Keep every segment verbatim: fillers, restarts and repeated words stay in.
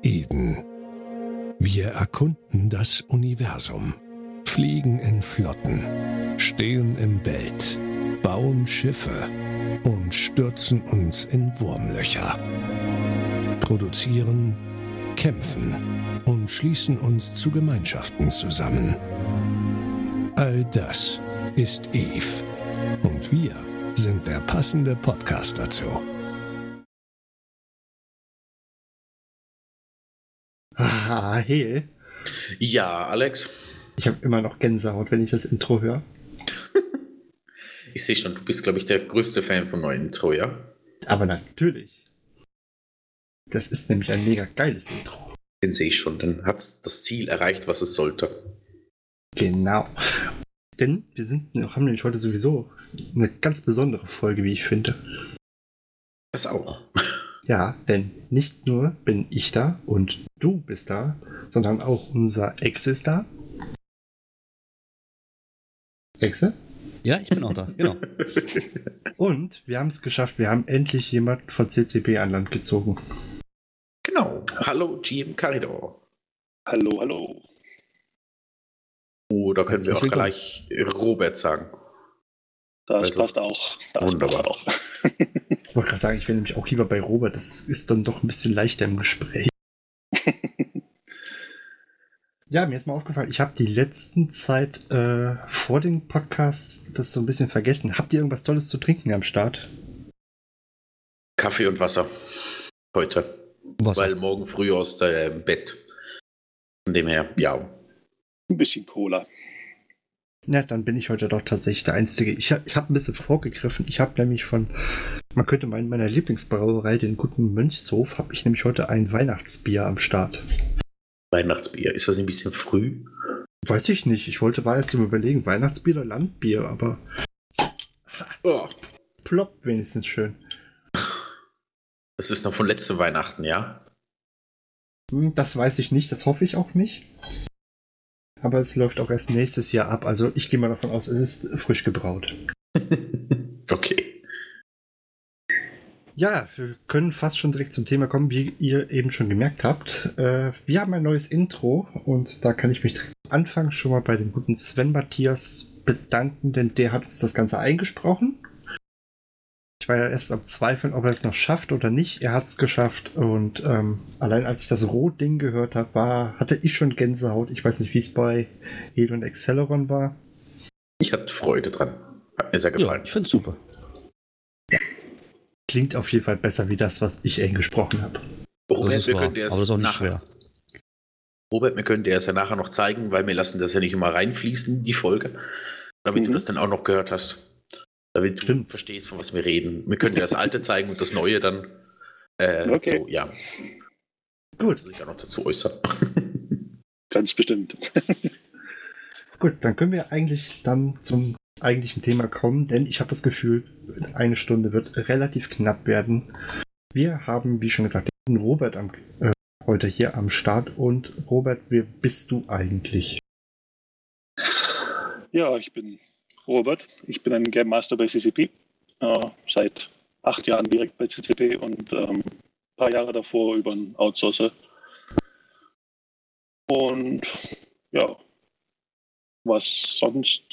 Eden. Wir erkunden das Universum, fliegen in Flotten, stehen im Bett, bauen Schiffe und stürzen uns in Wurmlöcher. Produzieren, kämpfen und schließen uns zu Gemeinschaften zusammen. All das ist Eve. Und wir sind der passende Podcast dazu. Ah, hey. Ja, Alex. Ich habe immer noch Gänsehaut, wenn ich das Intro höre. Ich sehe schon, du bist, glaube ich, der größte Fan vom neuen Intro, ja? Aber natürlich. Das ist nämlich ein mega geiles Intro. Den sehe ich schon, dann hat es das Ziel erreicht, was es sollte. Genau. Denn wir sind, haben nämlich heute sowieso eine ganz besondere Folge, wie ich finde. Das auch. Ja, denn nicht nur bin ich da und du bist da, sondern auch unser Ex ist da. Exe? Ja, ich bin auch da, genau. Und wir haben es geschafft, wir haben endlich jemand von C C P an Land gezogen. Genau. Hallo, G M Caridor. Hallo, hallo. Oh, da können wir auch willkommen. gleich Robert sagen. Das Also, passt auch. Das wunderbar. passt auch. Ich wollte gerade sagen, ich wäre nämlich auch lieber bei Robert. Das ist dann doch ein bisschen leichter im Gespräch. Ja, mir ist mal aufgefallen, ich habe die letzten Zeit äh, vor den Podcasts das so ein bisschen vergessen. Habt ihr irgendwas Tolles zu trinken am Start? Kaffee und Wasser. Heute. Wasser. Weil morgen früh aus dem Bett. Von dem her, ja. Ein bisschen Cola. Na, dann bin ich heute doch tatsächlich der Einzige. Ich, hab- ich habe ein bisschen vorgegriffen. Ich habe nämlich von, man könnte meinen, meiner Lieblingsbrauerei, den guten Mönchshof, habe ich nämlich heute ein Weihnachtsbier am Start. Weihnachtsbier. Ist das ein bisschen früh? Weiß ich nicht. Ich wollte war erst im Überlegen, Weihnachtsbier oder Landbier, aber Oh. ploppt wenigstens schön. Das ist noch von letztem Weihnachten, ja? Hm, Das weiß ich nicht, das hoffe ich auch nicht. Aber es läuft auch erst nächstes Jahr ab. Also ich gehe mal davon aus, es ist frisch gebraut. Okay. Ja, wir können fast schon direkt zum Thema kommen, wie ihr eben schon gemerkt habt. Äh, wir haben ein neues Intro und da kann ich mich direkt am Anfang schon mal bei dem guten Sven Matthias bedanken, denn der hat uns das Ganze eingesprochen. Ich war ja erst am Zweifeln, ob er es noch schafft oder nicht. Er hat es geschafft und ähm, allein als ich das Roh-Ding gehört habe, war, hatte ich schon Gänsehaut. Ich weiß nicht, wie es bei Ede und Acceleron war. Ich hatte Freude dran. Hat mir sehr Ja, gefallen. ich finde es super. Klingt auf jeden Fall besser wie das, was ich eben gesprochen habe. Robert, Das ist wir wahr, können dir aber das ist auch nicht nachher, schwer. Robert, wir können dir das ja nachher noch zeigen, weil wir lassen das ja nicht immer reinfließen, die Folge. Damit Mhm. du das dann auch noch gehört hast. Damit du Stimmt. verstehst, von was wir reden. Wir können dir das Alte zeigen und das Neue dann. Äh, Okay. So, ja. Gut. Das will ich auch noch dazu äußern. Ganz bestimmt. Gut, dann können wir eigentlich dann zum eigentlichen Thema kommen, denn ich habe das Gefühl, eine Stunde wird relativ knapp werden. Wir haben, wie schon gesagt, den Robert am, äh, heute hier am Start. Und Robert, wer bist du eigentlich? Ja, ich bin Robert. Ich bin ein Game Master bei C C P. Äh, seit acht Jahren direkt bei C C P und ähm, ein paar Jahre davor über einen Outsourcer. Und ja, was sonst?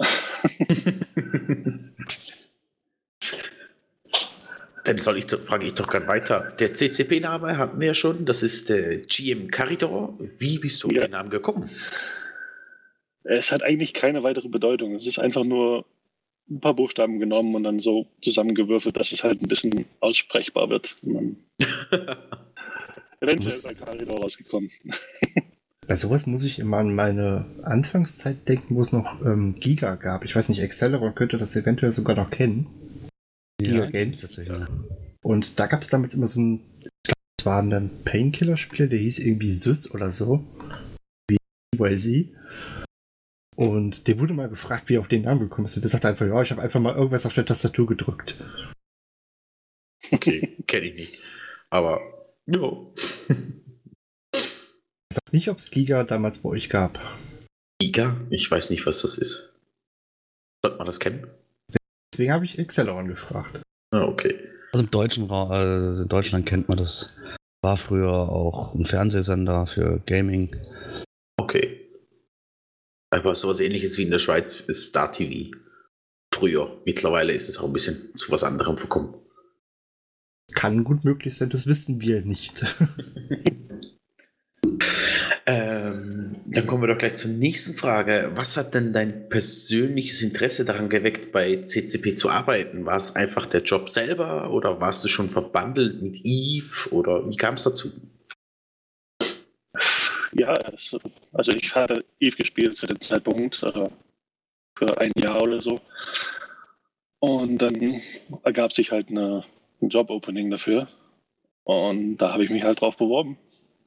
Dann soll ich, doch- frage ich doch gern weiter. Der C C P-Name hatten wir ja schon. Das ist äh, G M Caridor. Wie bist du auf Ja. den Namen gekommen? Es hat eigentlich keine weitere Bedeutung. Es ist einfach nur ein paar Buchstaben genommen und dann so zusammengewürfelt, dass es halt ein bisschen aussprechbar wird. Und dann eventuell Muss- ist bei Caridor rausgekommen. Bei sowas muss ich immer an meine Anfangszeit denken, wo es noch ähm, Giga gab. Ich weiß nicht, Acceleron könnte das eventuell sogar noch kennen. Giga Games. Tatsächlich, ja. Und da gab es damals immer so ein, ich glaub, das war ein Painkiller-Spiel, der hieß irgendwie Sys oder so. Wie Y Z. Und der wurde mal gefragt, wie er auf den Namen gekommen ist. Und der sagte einfach, ja, ich habe einfach mal irgendwas auf der Tastatur gedrückt. Okay, kenne ich nicht. Aber, ja. Ich sag nicht, ob es Giga damals bei euch gab. Giga? Ich weiß nicht, was das ist. Sollte man das kennen? Deswegen habe ich Acceleron gefragt. Ah, okay. Also im deutschen Ra äh, in Deutschland kennt man das War früher auch ein Fernsehsender für Gaming. Okay. Aber sowas ähnliches wie in der Schweiz ist Star T V. Früher. Mittlerweile ist es auch ein bisschen zu was anderem verkommen. Kann gut möglich sein, das wissen wir nicht. ähm, dann kommen wir doch gleich zur nächsten Frage. Was hat denn dein persönliches Interesse daran geweckt, bei C C P zu arbeiten? War es einfach der Job selber oder warst du schon verbandelt mit Eve oder wie kam es dazu? Ja, also, also ich hatte Eve gespielt zu dem Zeitpunkt, äh, für ein Jahr oder so. Und dann ergab sich halt eine, ein Job-Opening dafür. Und da habe ich mich halt drauf beworben.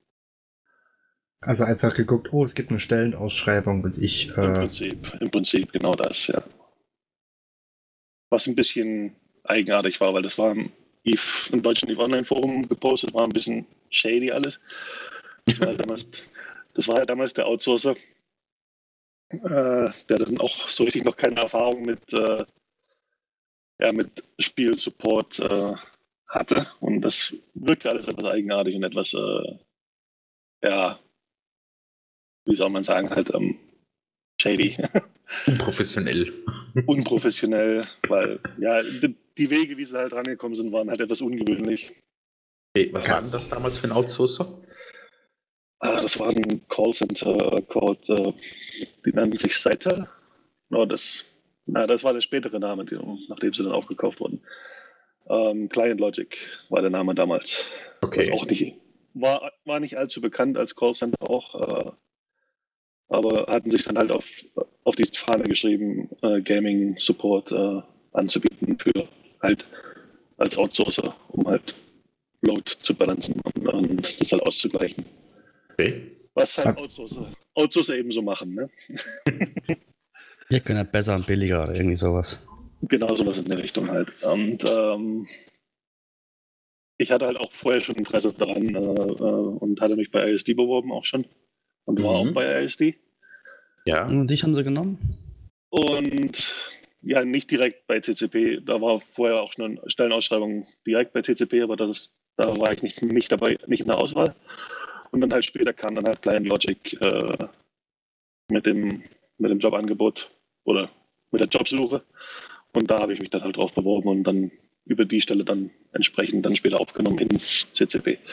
Also einfach geguckt, oh, es gibt eine Stellenausschreibung und ich... Im Äh, Prinzip, im Prinzip genau das, ja. Was ein bisschen eigenartig war, weil das war im, Eve, im deutschen Eve Online-Forum gepostet, war ein bisschen shady alles. Das war damals, das war ja damals der Outsourcer, äh, der dann auch so richtig noch keine Erfahrung mit, äh, ja, mit Spielsupport äh, hatte. Und das wirkte alles etwas eigenartig und etwas, äh, ja, wie soll man sagen, halt ähm, shady. Unprofessionell. Unprofessionell, weil ja, die Wege, wie sie halt rangekommen sind, waren halt etwas ungewöhnlich. Okay, was war denn das damals für ein Outsourcer? Ah, das war ein Callcenter called, äh, die nannten sich Cytel. No, das, na, das war der spätere Name, die, nachdem sie dann aufgekauft wurden. Ähm, Client Logic war der Name damals. Okay. Was auch nicht, war, war nicht allzu bekannt als Callcenter auch, äh, aber hatten sich dann halt auf, auf die Fahne geschrieben, äh, Gaming Support äh, anzubieten für halt als Outsourcer, um halt Load zu balancen und, und das halt auszugleichen. Okay. Was halt Outsourcer, Outsourcer eben so machen, ne? Ihr könnt ja besser und billiger oder irgendwie sowas. Genau sowas in der Richtung halt. Und ähm, ich hatte halt auch vorher schon Interesse daran äh, äh, und hatte mich bei I S D beworben auch schon. Und war Mhm. auch bei I S D. Ja. Und dich haben sie genommen? Und ja, nicht direkt bei T C P. Da war vorher auch schon eine Stellenausschreibung direkt bei T C P, aber das, da war ich nicht, nicht dabei, nicht in der Auswahl. Und dann halt später kam dann halt Client Logic äh, mit, dem, mit dem Jobangebot oder mit der Jobsuche. Und da habe ich mich dann halt drauf beworben und dann über die Stelle dann entsprechend dann später aufgenommen in C C P.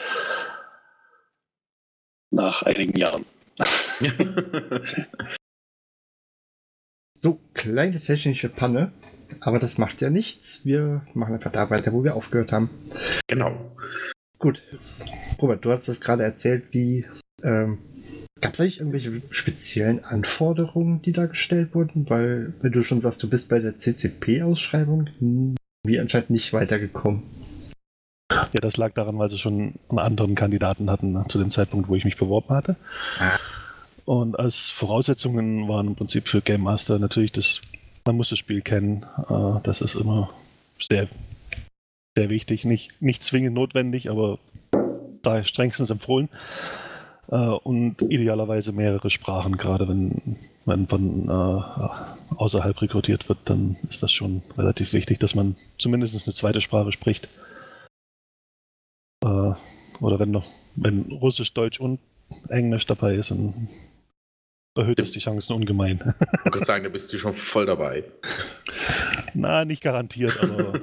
Nach einigen Jahren. So, kleine technische Panne, aber das macht ja nichts. Wir machen einfach da weiter, wo wir aufgehört haben. Genau. Gut. Robert, du hast das gerade erzählt, wie ähm, gab es eigentlich irgendwelche speziellen Anforderungen, die da gestellt wurden? Weil, wenn du schon sagst, du bist bei der C C P-Ausschreibung, wie anscheinend nicht weitergekommen. Ja, das lag daran, weil sie schon einen anderen Kandidaten hatten, ne, zu dem Zeitpunkt, wo ich mich beworben hatte. Ah. Und als Voraussetzungen waren im Prinzip für Game Master natürlich, das, man muss das Spiel kennen. Äh, das ist immer sehr, sehr wichtig. Nicht, nicht zwingend notwendig, aber da strengstens empfohlen. Äh, und idealerweise mehrere Sprachen, gerade wenn man von äh, außerhalb rekrutiert wird, dann ist das schon relativ wichtig, dass man zumindest eine zweite Sprache spricht. Äh, oder wenn noch, wenn Russisch, Deutsch und Englisch dabei ist, dann erhöht es die Chancen ungemein. Ich wollte gerade sagen, da bist du schon voll dabei. Na, nicht garantiert, aber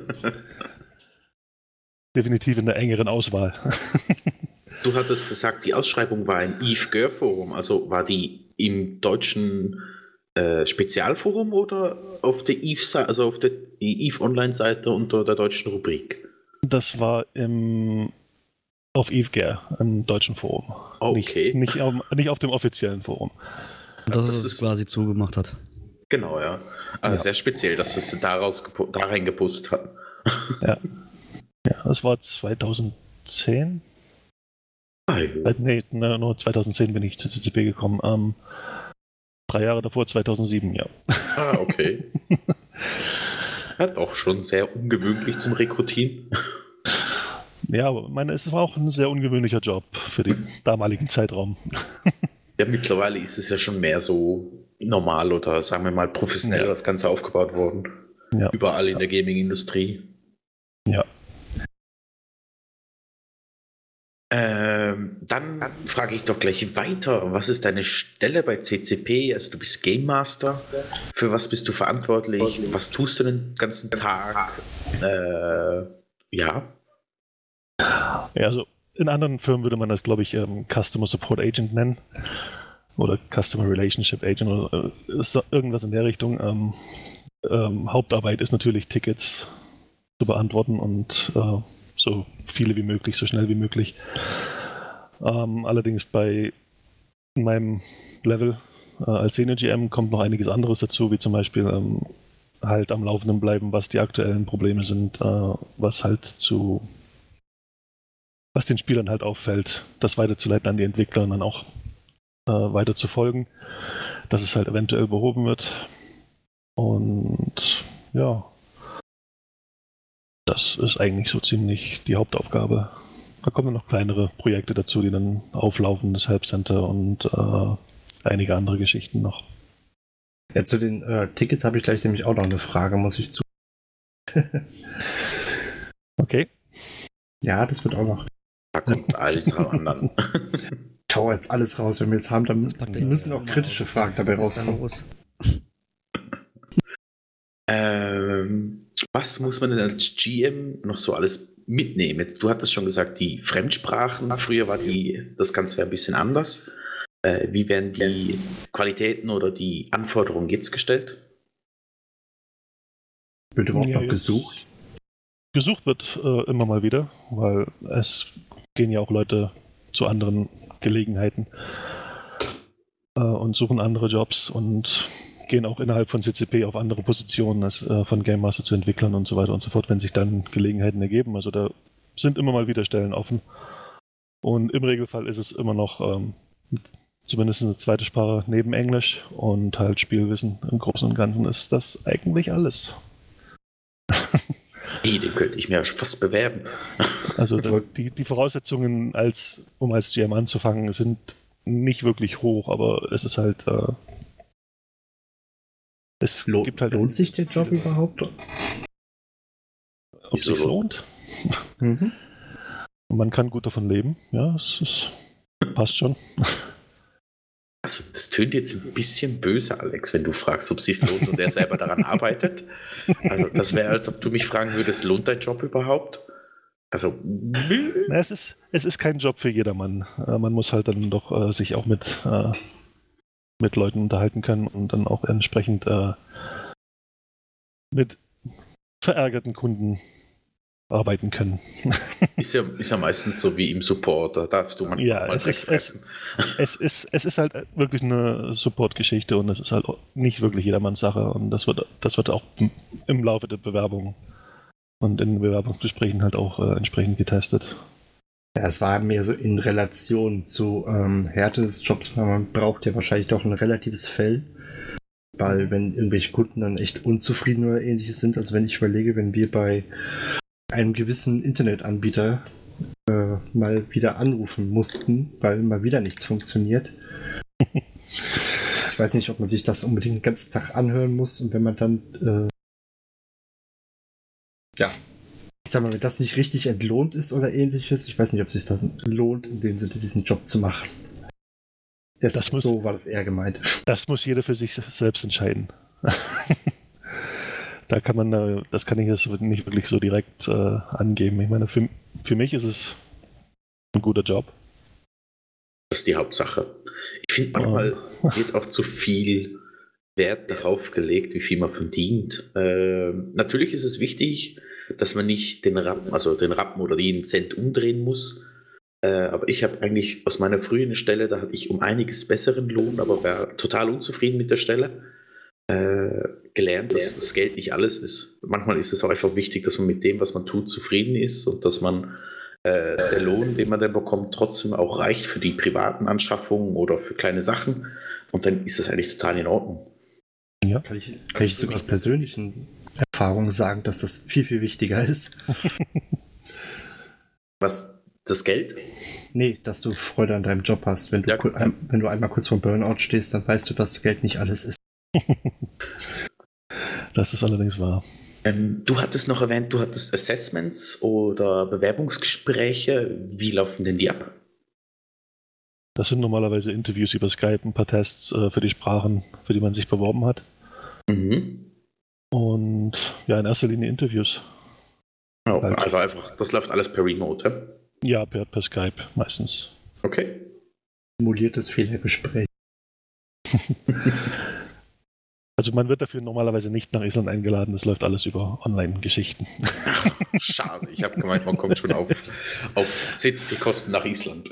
definitiv in der engeren Auswahl. Du hattest gesagt, die Ausschreibung war im Eve Gör Forum, also war die im deutschen äh, Spezialforum oder auf der Eve, also auf der Eve Online-Seite unter der deutschen Rubrik? Das war im auf EveGare, im deutschen Forum. Okay. Nicht, nicht, auf, nicht auf dem offiziellen Forum. Dass das es ist- quasi zugemacht hat. Genau, ja. Also Ja. sehr speziell, dass es daraus gepo- da rein gepostet hat. Ja. Ja, das war zweitausendzehn. Ah, Äh, nee, ne, nur zweitausendzehn bin ich zu C C P gekommen. Ähm, drei Jahre davor, zweitausendsieben, ja. ah, okay. Ja, doch schon sehr ungewöhnlich zum Rekrutieren. Ja, aber meine, es war auch ein sehr ungewöhnlicher Job für den damaligen Zeitraum. Ja, mittlerweile ist es ja schon mehr so normal oder sagen wir mal professionell Ja. das Ganze aufgebaut worden. Ja. Überall in der Gaming-Industrie. Ja. Ähm, dann frage ich doch gleich weiter. Was ist deine Stelle bei C C P? Also du bist Game Master. Für was bist du verantwortlich? Was tust du den ganzen Tag? Äh, ja. Ja, also in anderen Firmen würde man das, glaube ich, ähm, Customer Support Agent nennen. Oder Customer Relationship Agent oder äh, ist irgendwas in der Richtung. Ähm, ähm, Hauptarbeit ist natürlich Tickets zu beantworten und äh, so viele wie möglich, so schnell wie möglich. Ähm, allerdings bei meinem Level äh, als Senior G M kommt noch einiges anderes dazu, wie zum Beispiel ähm, halt am Laufenden bleiben, was die aktuellen Probleme sind, äh, was halt zu was den Spielern halt auffällt, das weiterzuleiten an die Entwickler und dann auch äh, weiter zu folgen, dass es halt eventuell behoben wird. Und ja, das ist eigentlich so ziemlich die Hauptaufgabe. Da kommen noch kleinere Projekte dazu, die dann auflaufen, das Help Center und äh, einige andere Geschichten noch. Ja, zu den äh, Tickets habe ich gleich nämlich auch noch eine Frage, muss ich zu. Okay. Ja, das wird auch noch. Da kommt alles am anderen. Ich hau jetzt alles raus, wenn wir jetzt haben, dann packt die müssen auch kritische Fragen dabei rauskommen. Ähm, was muss man denn als G M noch so alles mitnehmen? Du hattest schon gesagt, die Fremdsprachen. Früher war die, das Ganze ein bisschen anders. Äh, wie werden die Qualitäten oder die Anforderungen jetzt gestellt? Wird überhaupt Ja, noch jetzt gesucht? Gesucht wird äh, immer mal wieder, weil es gehen ja auch Leute zu anderen Gelegenheiten äh, und suchen andere Jobs und gehen auch innerhalb von C C P auf andere Positionen als äh, von Game Master zu Entwicklern und so weiter und so fort, wenn sich dann Gelegenheiten ergeben. Also da sind immer mal wieder Stellen offen. Und im Regelfall ist es immer noch ähm, zumindest eine zweite Sprache neben Englisch und halt Spielwissen. Im Großen und Ganzen ist das eigentlich alles. Hey, den könnte ich mir fast bewerben. Also da, die, die Voraussetzungen, als, um als G M anzufangen, sind nicht wirklich hoch, aber es ist halt äh, es Lohnt, gibt halt lohnt sich der Job überhaupt? ob Wieso sich's lohnt. Mhm. Und man kann gut davon leben, ja, es ist, passt schon. Also, das tönt jetzt ein bisschen böse, Alex, wenn du fragst, ob es sich lohnt und er selber daran arbeitet. Also, das wäre, als ob du mich fragen würdest, lohnt dein Job überhaupt? Also, Na, es ist, es ist kein Job für jedermann. Äh, man muss halt dann doch äh, sich auch mit, äh, mit Leuten unterhalten können und dann auch entsprechend äh, mit verärgerten Kunden arbeiten können. ist ja, ist ja meistens so wie im Support, da darfst du manchmal Ja, mal es ist, Dreck es, fressen. es, ist, es ist halt wirklich eine Support-Geschichte und es ist halt nicht wirklich jedermanns Sache und das wird, das wird auch im Laufe der Bewerbung und in Bewerbungsgesprächen halt auch äh, entsprechend getestet. Ja, es war mehr so in Relation zu ähm, Härte des Jobs, weil man braucht ja wahrscheinlich doch ein relatives Fell. Weil wenn irgendwelche Kunden dann echt unzufrieden oder ähnliches sind, also wenn ich überlege, wenn wir bei einem gewissen Internetanbieter äh, mal wieder anrufen mussten, weil mal wieder nichts funktioniert. Ich weiß nicht, ob man sich das unbedingt den ganzen Tag anhören muss und wenn man dann äh, ja, ich sag mal, wenn das nicht richtig entlohnt ist oder ähnliches, ich weiß nicht, ob es sich das lohnt, in dem Sinne diesen Job zu machen. Das, Das muss- so war das eher gemeint. Das muss jeder für sich selbst entscheiden. Da kann man, äh, das kann ich jetzt nicht wirklich so direkt äh, angeben. Ich meine, für, für mich ist es ein guter Job. Das ist die Hauptsache. Ich finde, manchmal wird auch zu viel Wert darauf gelegt, wie viel man verdient. Ähm, natürlich ist es wichtig, dass man nicht den Rappen, also den Rappen oder jeden Cent umdrehen muss. Äh, aber ich habe eigentlich aus meiner früheren Stelle, da hatte ich um einiges besseren Lohn, aber war total unzufrieden mit der Stelle. Äh, gelernt, dass das Geld nicht alles ist. Manchmal ist es auch einfach wichtig, dass man mit dem, was man tut, zufrieden ist und dass man äh, der Lohn, den man dann bekommt, trotzdem auch reicht für die privaten Anschaffungen oder für kleine Sachen. Und dann ist das eigentlich total in Ordnung. Kann ich, kann ich sogar aus persönlichen Erfahrungen sagen, dass das viel, viel wichtiger ist. Was, das Geld? Nee, dass du Freude an deinem Job hast. Wenn du, Ja. ku- ein, wenn du einmal kurz vor Burnout stehst, dann weißt du, dass Geld nicht alles ist. Das ist allerdings wahr. Ähm, du hattest noch erwähnt, du hattest Assessments oder Bewerbungsgespräche. Wie laufen denn die ab? Das sind normalerweise Interviews über Skype, ein paar Tests äh, für die Sprachen, für die man sich beworben hat. Mhm. Und ja, in erster Linie Interviews. Oh, Halt. Also einfach, das läuft alles per Remote, ja? Ja, per, per Skype meistens. Okay. Simuliertes Fehlergespräch. Also man wird dafür normalerweise nicht nach Island eingeladen, das läuft alles über Online-Geschichten. Schade, ich habe gemeint, man kommt schon auf, auf C C P-Kosten nach Island.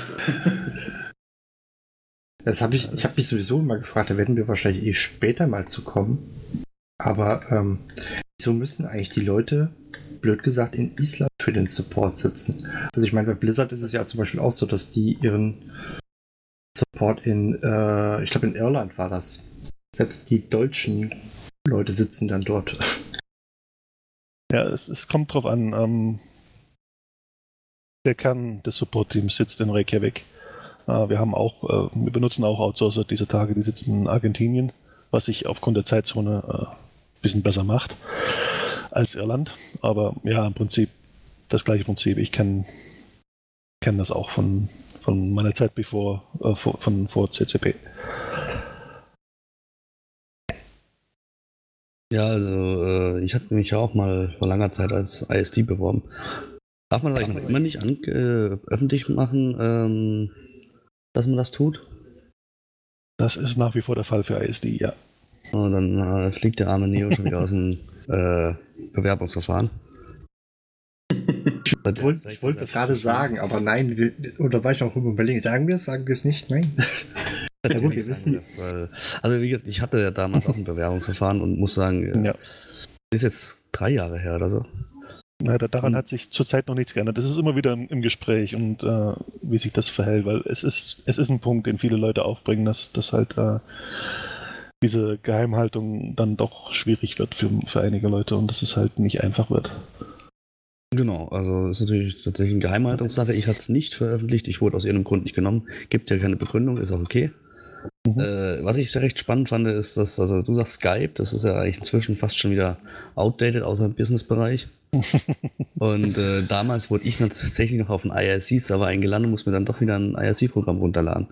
Das habe ich, ich habe mich sowieso mal gefragt, da werden wir wahrscheinlich eh später mal zu kommen. Aber ähm, wieso müssen eigentlich die Leute, blöd gesagt, in Island für den Support sitzen? Also ich meine, bei Blizzard ist es ja zum Beispiel auch so, dass die ihren Support in, äh, ich glaube in Irland war das. Selbst die deutschen Leute sitzen dann dort. Ja, es, es kommt drauf an. Ähm, der Kern des Support-Teams sitzt in Reykjavik. Äh, wir haben auch, äh, wir benutzen auch Outsourcer diese Tage, die sitzen in Argentinien, was sich aufgrund der Zeitzone äh, ein bisschen besser macht als Irland. Aber ja, im Prinzip das gleiche Prinzip. Ich kenne kenn das auch von, von meiner Zeit bevor, äh, vor, von vor C C P. Ja, also äh, ich hatte mich ja auch mal vor langer Zeit als I S D beworben. Darf man das eigentlich noch immer nicht an, äh, öffentlich machen, ähm, dass man das tut? Das ist nach wie vor der Fall für I S D, ja. Oh, dann äh, fliegt der arme Neo schon wieder aus dem äh, Bewerbungsverfahren. Ich wollte ich wollte es gerade sagen, aber nein, wir, oder war ich noch überlegen, sagen wir es, sagen wir es nicht, nein? Ja, gut, wir wissen- das, weil, also wie gesagt, ich hatte ja damals auch ein Bewerbungsverfahren und muss sagen, äh, Ja. ist jetzt drei Jahre her oder so. Ja, da- daran Hm. hat sich zurzeit noch nichts geändert. Das ist immer wieder im, im Gespräch und äh, wie sich das verhält, weil es ist, es ist ein Punkt, den viele Leute aufbringen, dass, dass halt äh, diese Geheimhaltung dann doch schwierig wird für, für einige Leute und dass es halt nicht einfach wird. Genau, also das ist natürlich tatsächlich eine Geheimhaltungssache. Ich hatte es nicht veröffentlicht, ich wurde aus irgendeinem Grund nicht genommen. Gibt ja keine Begründung, ist auch okay. Mhm. Äh, was ich recht spannend fand, ist, dass, also du sagst Skype, das ist ja eigentlich inzwischen fast schon wieder outdated, außer im Business-Bereich. Und äh, damals wurde ich tatsächlich noch auf einen I R C-Server eingeladen und muss mir dann doch wieder ein I R C-Programm runterladen.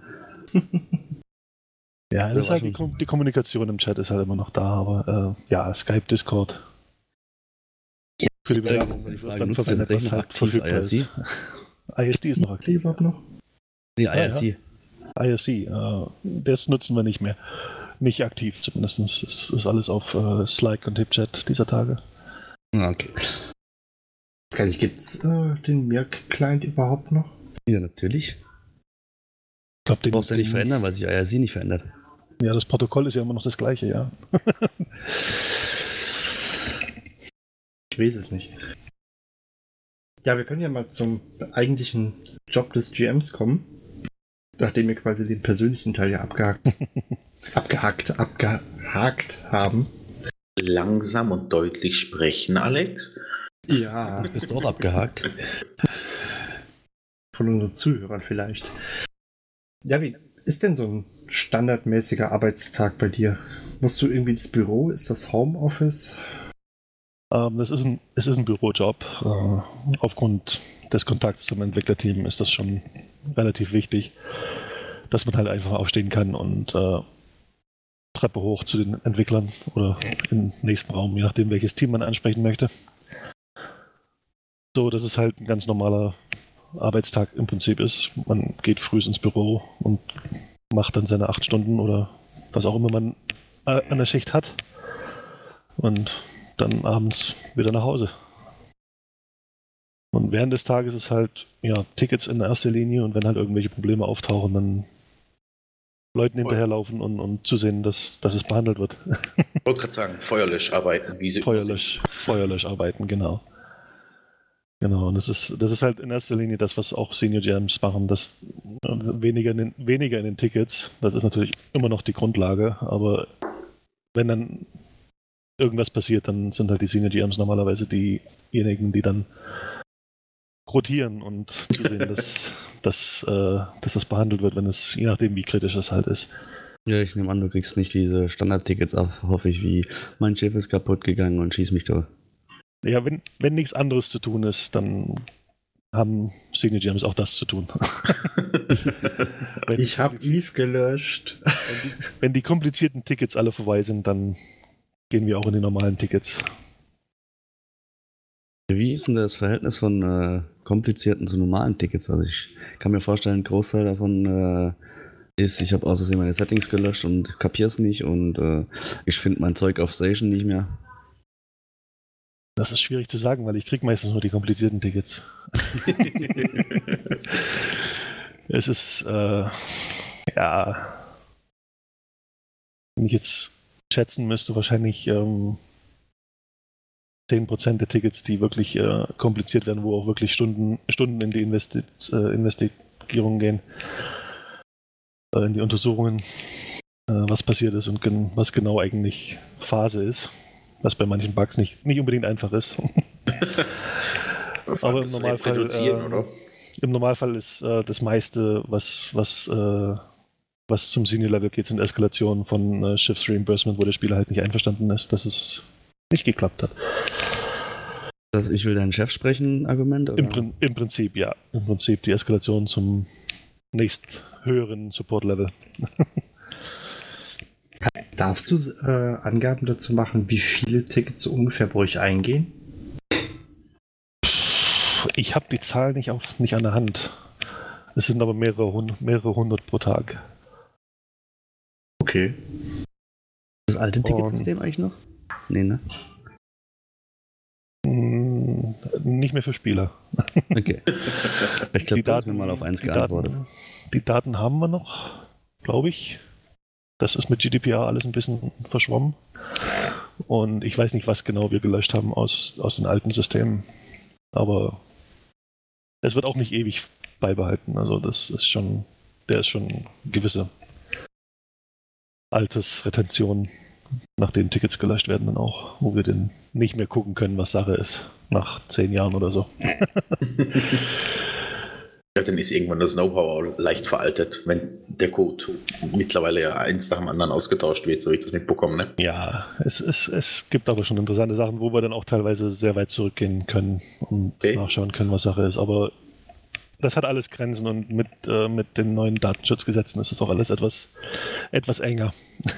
Ja, das ist war halt die, schon- Kom- die Kommunikation im Chat ist halt immer noch da, aber äh, ja, Skype, Discord. Für die Ja, das Bewerbung war die wird Frage, dann nutzt ihr verwendet, was tatsächlich halt noch aktiv verfügbar I R C? ist. I S D ist noch Ist sie aktiv. überhaupt noch? Nee, I R C. I S C, äh, das nutzen wir nicht mehr. Nicht aktiv zumindest. Es ist alles auf äh, Slack und HipChat dieser Tage. Ah, okay. Gar nicht, gibt's äh, den Mirk-Client überhaupt noch? Ja, natürlich. Ich glaube, den Du brauchst ja nicht verändern, weil sich I R C nicht verändert. Ja, das Protokoll ist ja immer noch das gleiche, ja. Ich weiß es nicht. Ja, wir können ja mal zum eigentlichen Job des G Ms kommen. Nachdem wir quasi den persönlichen Teil ja abgehakt, abgehakt, abgehakt haben. Langsam und deutlich sprechen, Alex. Ja, Das bist du auch abgehakt. von unseren Zuhörern vielleicht. Ja, wie ist denn so ein standardmäßiger Arbeitstag bei dir? Musst du irgendwie ins Büro? Ist das Homeoffice? Ähm, das ist ein, es ist ein Bürojob. Äh, aufgrund des Kontakts zum Entwicklerteam ist das schon relativ wichtig, dass man halt einfach aufstehen kann und äh, Treppe hoch zu den Entwicklern oder im nächsten Raum, je nachdem, welches Team man ansprechen möchte. So, dass es halt ein ganz normaler Arbeitstag im Prinzip ist. Man geht früh ins Büro und macht dann seine acht Stunden oder was auch immer man äh, an der Schicht hat. Und dann abends wieder nach Hause. Und während des Tages ist halt, ja, Tickets in erster Linie und wenn halt irgendwelche Probleme auftauchen, dann Leuten hinterherlaufen und, und zu sehen, dass, dass es behandelt wird. Ich wollte gerade sagen, Feuerlöscharbeiten, wie sie Feuerlösch, Feuerlöscharbeiten, genau. Genau, und das ist, das ist halt in erster Linie das, was auch Senior G Ms machen, das weniger in, den, weniger in den Tickets, das ist natürlich immer noch die Grundlage, aber wenn dann irgendwas passiert, dann sind halt die Senior G Ms normalerweise diejenigen, die dann rotieren und zu sehen, dass, dass, äh, dass das behandelt wird, wenn es, je nachdem wie kritisch es halt ist. Ja, ich nehme an, du kriegst nicht diese Standardtickets ab, hoffe ich, wie mein Chip ist kaputt gegangen und schieß mich da. Ja, wenn, wenn nichts anderes zu tun ist, dann haben Senior Gems auch das zu tun. wenn, Ich habe Eve gelöscht. Wenn die, wenn die komplizierten Tickets alle vorbei sind, dann gehen wir auch in die normalen Tickets. Wie ist denn das Verhältnis von äh, komplizierten zu normalen Tickets? Also ich kann mir vorstellen, ein Großteil davon äh, ist, ich habe aus Versehen meine Settings gelöscht und kapier's nicht und äh, ich finde mein Zeug auf Station nicht mehr. Das ist schwierig zu sagen, weil ich kriege meistens nur die komplizierten Tickets. Es ist, äh, ja, wenn ich jetzt schätzen müsste, wahrscheinlich ähm, zehn Prozent der Tickets, die wirklich äh, kompliziert werden, wo auch wirklich Stunden, Stunden in die Investi äh, Investigierung gehen, äh, in die Untersuchungen, äh, was passiert ist und gen was genau eigentlich Phase ist. Was bei manchen Bugs nicht, nicht unbedingt einfach ist. Aber im Normalfall, äh, oder? im Normalfall ist äh, das meiste, was, was, äh, was zum Senior-Level geht, sind Eskalationen von äh, Shifts Reimbursement, wo der Spieler halt nicht einverstanden ist, dass es nicht geklappt hat. Das Ich will deinen Chef sprechen Argument? Oder? Im, Prin Im Prinzip, ja. Im Prinzip die Eskalation zum nächst höheren Support-Level. Darfst du äh, Angaben dazu machen, wie viele Tickets so ungefähr bei euch eingehen? Ich habe die Zahl nicht, auf, nicht an der Hand. Es sind aber mehrere hundert, mehrere hundert pro Tag. Okay. Das alte Ticketsystem eigentlich noch? Nee, ne? Nicht mehr für Spieler. Okay. Ich glaube, da haben wir mal auf eins die geantwortet. Daten, die Daten haben wir noch, glaube ich. Das ist mit G D P R alles ein bisschen verschwommen. Und ich weiß nicht, was genau wir gelöscht haben aus, aus den alten Systemen. Aber es wird auch nicht ewig beibehalten. Also das ist schon, der ist schon gewisse Altersretention, nach denen Tickets gelöscht werden dann auch, wo wir dann nicht mehr gucken können, was Sache ist, nach zehn Jahren oder so. Ja, dann ist irgendwann das Know-how leicht veraltet, wenn der Code mittlerweile ja eins nach dem anderen ausgetauscht wird, so wie ich das mitbekomme. Ne? Ja, es, es, es gibt aber schon interessante Sachen, wo wir dann auch teilweise sehr weit zurückgehen können und okay. nachschauen können, was Sache ist. Aber das hat alles Grenzen und mit, äh, mit den neuen Datenschutzgesetzen ist es auch alles etwas, etwas enger.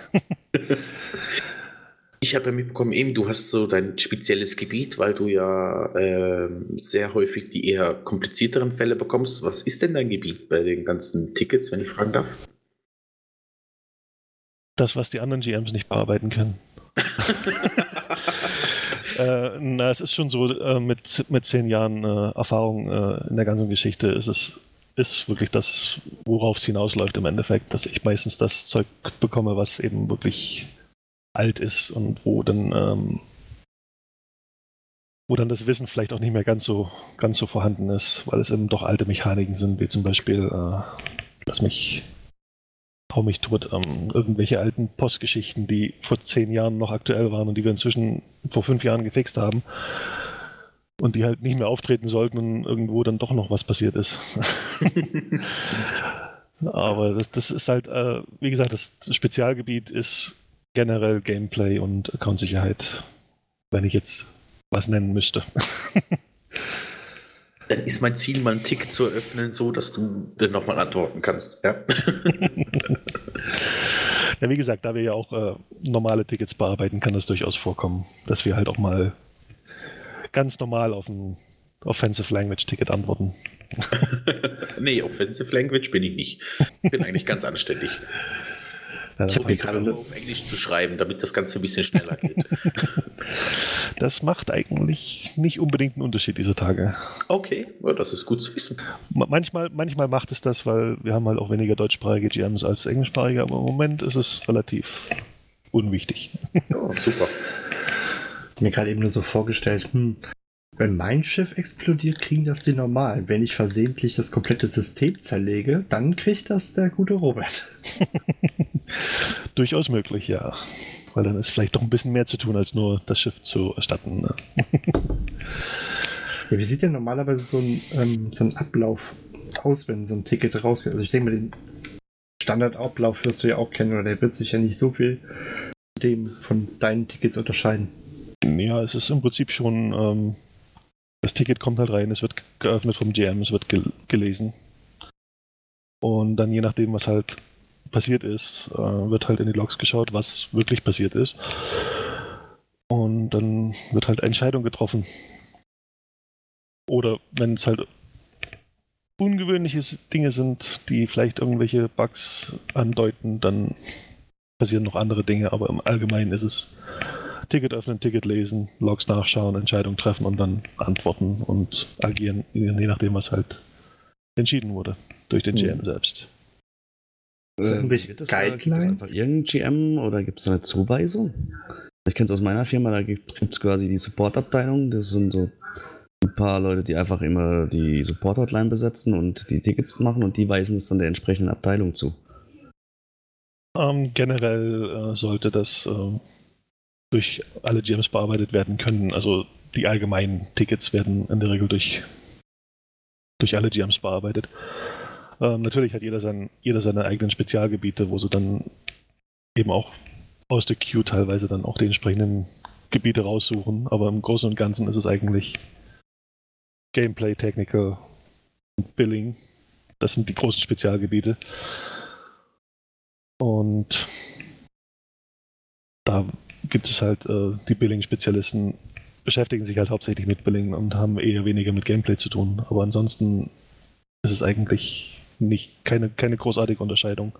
Ich habe ja mitbekommen, eben, du hast so dein spezielles Gebiet, weil du ja äh, sehr häufig die eher komplizierteren Fälle bekommst. Was ist denn dein Gebiet bei den ganzen Tickets, wenn ich fragen darf? Das, was die anderen G Ms nicht bearbeiten können. äh, na, es ist schon so, äh, mit, mit zehn Jahren äh, Erfahrung äh, in der ganzen Geschichte ist es ist wirklich das, worauf es hinausläuft im Endeffekt, dass ich meistens das Zeug bekomme, was eben wirklich alt ist und wo dann ähm, wo dann das Wissen vielleicht auch nicht mehr ganz so ganz so vorhanden ist, weil es eben doch alte Mechaniken sind, wie zum Beispiel äh, lass mich hau mich tot, ähm, irgendwelche alten Postgeschichten, die vor zehn Jahren noch aktuell waren und die wir inzwischen vor fünf Jahren gefixt haben und die halt nicht mehr auftreten sollten und irgendwo dann doch noch was passiert ist. Aber das, das ist halt, äh, wie gesagt, das Spezialgebiet ist generell Gameplay und Account-Sicherheit, wenn ich jetzt was nennen müsste. Dann ist mein Ziel, mal einen Ticket zu eröffnen, so dass du dann nochmal antworten kannst. Ja? Ja, wie gesagt, da wir ja auch äh, normale Tickets bearbeiten, kann das durchaus vorkommen, dass wir halt auch mal ganz normal auf ein Offensive Language Ticket antworten. Nee, Offensive Language bin ich nicht. Ich bin eigentlich ganz anständig. Ja, ich habe mir gerade auf Englisch zu schreiben, damit das Ganze ein bisschen schneller geht. Das macht eigentlich nicht unbedingt einen Unterschied diese Tage. Okay, ja, das ist gut zu wissen. Manchmal, manchmal macht es das, weil wir haben halt auch weniger deutschsprachige G Ms als englischsprachige, aber im Moment ist es relativ unwichtig. Ja, super. Ich habe mir gerade eben nur so vorgestellt, hm, wenn mein Schiff explodiert, kriegen das die normalen. Wenn ich versehentlich das komplette System zerlege, dann kriegt das der gute Robert. Durchaus möglich, ja. Weil dann ist vielleicht doch ein bisschen mehr zu tun, als nur das Schiff zu erstatten. Ne? Ja, wie sieht denn normalerweise so ein, ähm, so ein Ablauf aus, wenn so ein Ticket rausgeht? Also ich denke mal, den Standardablauf wirst du ja auch kennen, oder der wird sich ja nicht so viel von dem von deinen Tickets unterscheiden. Ja, es ist im Prinzip schon, ähm, das Ticket kommt halt rein, es wird geöffnet vom G M, es wird gel- gelesen. Und dann je nachdem, was halt passiert ist, äh, wird halt in die Logs geschaut, was wirklich passiert ist. Und dann wird halt Entscheidung getroffen. Oder wenn es halt ungewöhnliche Dinge sind, die vielleicht irgendwelche Bugs andeuten, dann passieren noch andere Dinge, aber im Allgemeinen ist es Ticket öffnen, Ticket lesen, Logs nachschauen, Entscheidung treffen und dann antworten und agieren, je nachdem, was halt entschieden wurde durch den G M selbst. Sind irgendwelche Gibt es da, gibt es Guidelines? einfach irgendein G M oder gibt es da eine Zuweisung? Ich kenne es aus meiner Firma, da gibt es quasi die Support-Abteilung. Das sind so ein paar Leute, die einfach immer die Support-Hotline besetzen und die Tickets machen und die weisen es dann der entsprechenden Abteilung zu. Ähm, generell äh, sollte das äh, durch alle G Ms bearbeitet werden können. Also die allgemeinen Tickets werden in der Regel durch, durch alle G Ms bearbeitet. Ähm, natürlich hat jeder, sein, jeder seine eigenen Spezialgebiete, wo sie dann eben auch aus der Queue teilweise dann auch die entsprechenden Gebiete raussuchen. Aber im Großen und Ganzen ist es eigentlich Gameplay, Technical und Billing. Das sind die großen Spezialgebiete. Und da gibt es halt äh, die Billing-Spezialisten, beschäftigen sich halt hauptsächlich mit Billing und haben eher weniger mit Gameplay zu tun. Aber ansonsten ist es eigentlich nicht keine, keine großartige Unterscheidung.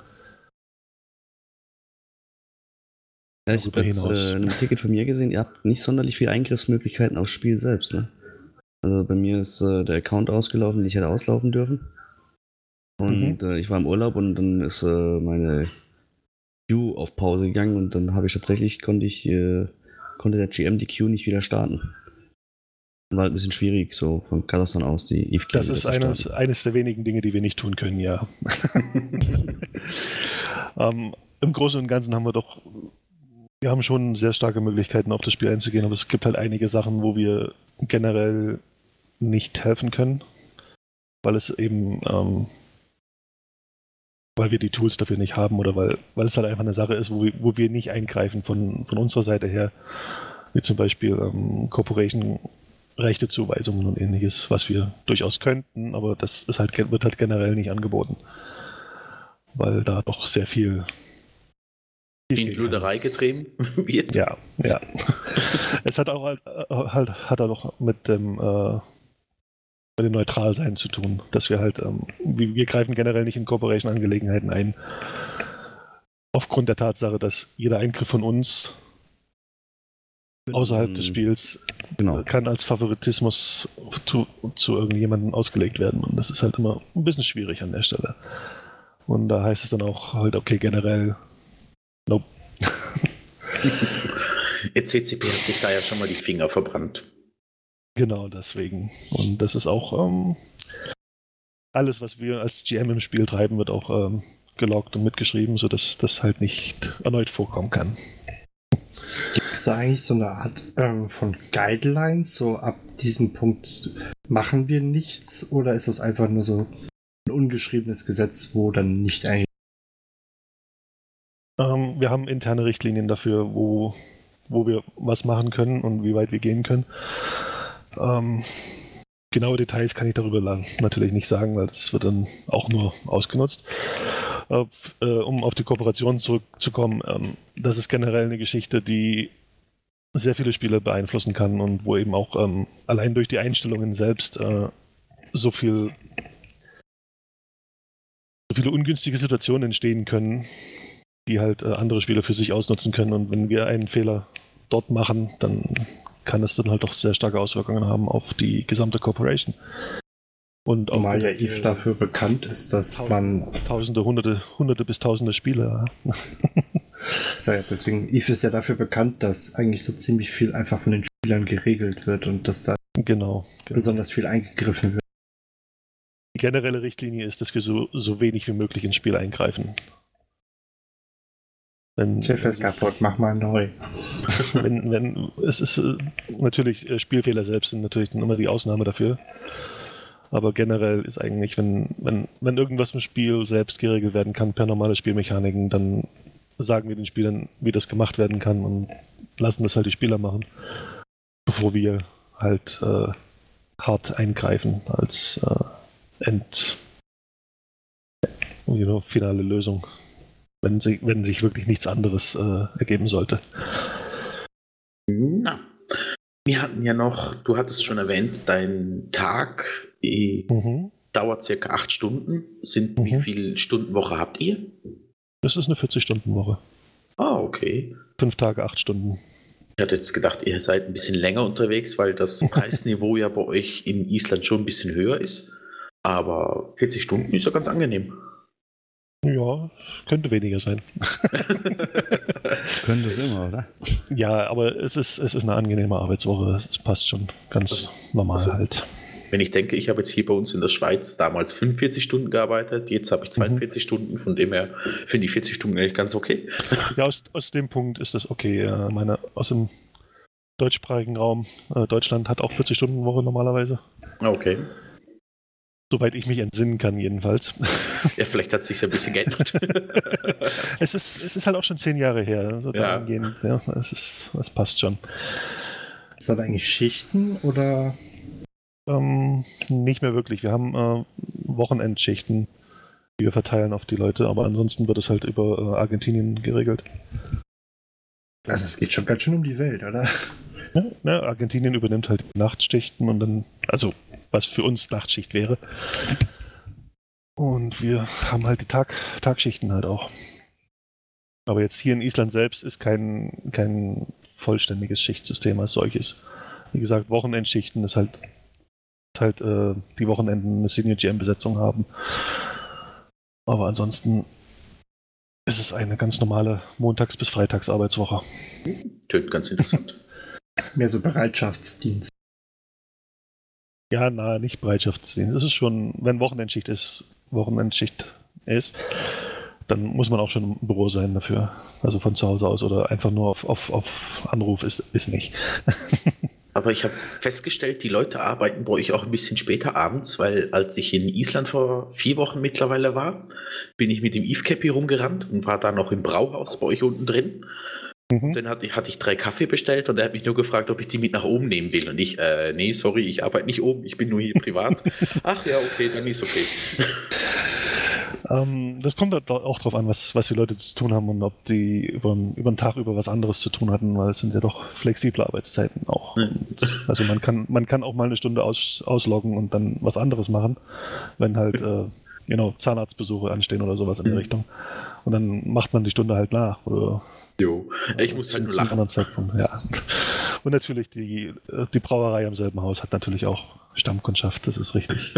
Ja, ich habe jetzt äh, ein Ticket von mir gesehen, ihr habt nicht sonderlich viele Eingriffsmöglichkeiten aufs Spiel selbst, ne? Also bei mir ist äh, der Account ausgelaufen, den ich hätte auslaufen dürfen. Und mhm. äh, ich war im Urlaub und dann ist äh, meine Queue auf Pause gegangen und dann habe ich tatsächlich, konnte ich, äh, konnte der G M die Queue nicht wieder starten. War halt ein bisschen schwierig, so von Kasachstan aus die E V Q. Das ist eines, eines der wenigen Dinge, die wir nicht tun können, ja. ähm, Im Großen und Ganzen haben wir doch, wir haben schon sehr starke Möglichkeiten, auf das Spiel einzugehen, aber es gibt halt einige Sachen, wo wir generell nicht helfen können, weil es eben, ähm, weil wir die Tools dafür nicht haben oder weil, weil es halt einfach eine Sache ist, wo wir, wo wir nicht eingreifen von, von unserer Seite her, wie zum Beispiel ähm, Corporation Rechtezuweisungen und ähnliches, was wir durchaus könnten, aber das ist halt, wird halt generell nicht angeboten, weil da doch sehr viel in Bluderei getrieben wird. Ja, ja. Es hat auch halt, halt hat auch mit dem, äh, mit dem Neutralsein zu tun, dass wir halt, ähm, wir, wir greifen generell nicht in Corporation-Angelegenheiten ein, aufgrund der Tatsache, dass jeder Eingriff von uns außerhalb des Spiels genau. kann als Favoritismus zu, zu irgendjemandem ausgelegt werden. Und das ist halt immer ein bisschen schwierig an der Stelle. Und da heißt es dann auch halt, okay, generell nope. C C P hat sich da ja schon mal die Finger verbrannt. Genau, deswegen. Und das ist auch ähm, alles, was wir als G M im Spiel treiben, wird auch ähm, geloggt und mitgeschrieben, sodass das halt nicht erneut vorkommen kann. Gibt es da eigentlich so eine Art ähm, von Guidelines, so ab diesem Punkt machen wir nichts, oder ist das einfach nur so ein ungeschriebenes Gesetz, wo dann nicht eigentlich... Ähm, wir haben interne Richtlinien dafür, wo, wo wir was machen können und wie weit wir gehen können. Ähm, genaue Details kann ich darüber natürlich nicht sagen, weil das wird dann auch nur ausgenutzt. Auf, äh, um auf die Kooperation zurückzukommen, ähm, das ist generell eine Geschichte, die sehr viele Spiele beeinflussen kann und wo eben auch ähm, allein durch die Einstellungen selbst äh, so viel so viele ungünstige Situationen entstehen können, die halt äh, andere Spieler für sich ausnutzen können. Und wenn wir einen Fehler dort machen, dann kann es dann halt doch sehr starke Auswirkungen haben auf die gesamte Corporation. Und auch weil ja Eve dafür bekannt ist, dass Tausende, man Tausende, Hunderte, Hunderte bis Tausende Spieler. Ja, deswegen, Eve ist ja dafür bekannt, dass eigentlich so ziemlich viel einfach von den Spielern geregelt wird und dass da genau, genau. besonders viel eingegriffen wird. Die generelle Richtlinie ist, dass wir so, so wenig wie möglich ins Spiel eingreifen. Wenn, Chef ist kaputt, mach mal neu. Wenn, wenn, es ist äh, natürlich, äh, Spielfehler selbst sind natürlich dann immer die Ausnahme dafür. Aber generell ist eigentlich, wenn, wenn, wenn irgendwas im Spiel selbst geregelt werden kann per normale Spielmechaniken, dann sagen wir den Spielern, wie das gemacht werden kann und lassen das halt die Spieler machen, bevor wir halt äh, hart eingreifen als äh, End, you know, finale Lösung, wenn, sie, wenn sich wirklich nichts anderes äh, ergeben sollte. Na, wir hatten ja noch, du hattest schon erwähnt, dein Tag äh, Mhm. dauert circa acht Stunden. Sind Mhm. Wie viele Stunden Woche habt ihr? Das ist eine vierzig-Stunden-Woche. Ah, okay. Fünf Tage, acht Stunden. Ich hatte jetzt gedacht, ihr seid ein bisschen länger unterwegs, weil das Preisniveau ja bei euch in Island schon ein bisschen höher ist. Aber vierzig Stunden ist ja ganz angenehm. Ja, könnte weniger sein. Können das immer, oder? Ja, aber es ist, es ist eine angenehme Arbeitswoche. Es passt schon ganz normal Also- halt. Wenn ich denke, ich habe jetzt hier bei uns in der Schweiz damals fünfundvierzig Stunden gearbeitet, jetzt habe ich zweiundvierzig Stunden, von dem her finde ich vierzig Stunden eigentlich ganz okay. Ja, aus, aus dem Punkt ist das okay. Äh, Meine, aus dem deutschsprachigen Raum, äh, Deutschland hat auch vierzig-Stunden-Woche normalerweise. Okay. Soweit ich mich entsinnen kann, jedenfalls. Ja, vielleicht hat es sich ein bisschen geändert. es, ist, es ist halt auch schon zehn Jahre her. Also Ja. dahingehend, ja, es, ist, es passt schon. Ist das eigentlich Schichten oder? Ähm, nicht mehr wirklich. Wir haben äh, Wochenendschichten, die wir verteilen auf die Leute, aber ansonsten wird es halt über äh, Argentinien geregelt. Also es geht schon ganz schön um die Welt, oder? Ja, ne, Argentinien übernimmt halt die Nachtschichten und dann, also was für uns Nachtschicht wäre. Und wir haben halt die Tag, Tagschichten halt auch. Aber jetzt hier in Island selbst ist kein, kein vollständiges Schichtsystem als solches. Wie gesagt, Wochenendschichten ist halt, ist halt äh, die Wochenenden eine Senior G M-Besetzung haben. Aber ansonsten ist es eine ganz normale Montags- bis Freitagsarbeitswoche. Tönt ganz interessant. Mehr so Bereitschaftsdienst. Ja, na, nicht Bereitschaftsdienst. Es ist schon, wenn Wochenendschicht ist, Wochenendschicht ist, dann muss man auch schon im Büro sein dafür. Also von zu Hause aus oder einfach nur auf, auf, auf Anruf ist, ist nicht. Aber ich habe festgestellt, die Leute arbeiten bei euch auch ein bisschen später abends, weil als ich in Island vor vier Wochen mittlerweile war, bin ich mit dem Eve Cappy rumgerannt und war da noch im Brauhaus bei euch unten drin. Und dann hatte ich, hatte ich drei Kaffee bestellt und er hat mich nur gefragt, ob ich die mit nach oben nehmen will. Und ich, äh, nee, sorry, ich arbeite nicht oben, ich bin nur hier privat. Ach ja, okay, dann ist okay. Ähm, das kommt halt auch drauf an, was, was die Leute zu tun haben und ob die über, über den Tag über was anderes zu tun hatten, weil es sind ja doch flexible Arbeitszeiten auch. Mhm. Und also man kann, man kann auch mal eine Stunde aus, ausloggen und dann was anderes machen, wenn halt äh, genau, Zahnarztbesuche anstehen oder sowas in der Mhm. Richtung. Und dann macht man die Stunde halt nach. Oder Jo, ich muss halt nur zu einem lachen. anderen Zeitpunkt, ja. Und natürlich, die, die Brauerei am selben Haus hat natürlich auch Stammkundschaft, das ist richtig.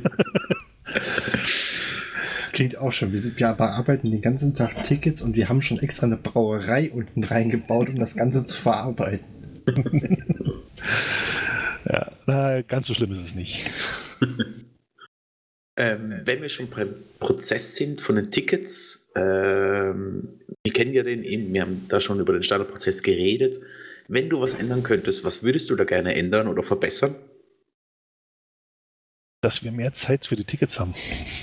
Das klingt auch schon. Wir, sind, wir bearbeiten den ganzen Tag Tickets und wir haben schon extra eine Brauerei unten reingebaut, um das Ganze zu verarbeiten. Ja, na, ganz so schlimm ist es nicht. Ähm, wenn wir schon beim Prozess sind von den Tickets, ähm, wir kennen ja den eben, wir haben da schon über den Standardprozess geredet. Wenn du was ändern könntest, was würdest du da gerne ändern oder verbessern? Dass wir mehr Zeit für die Tickets haben.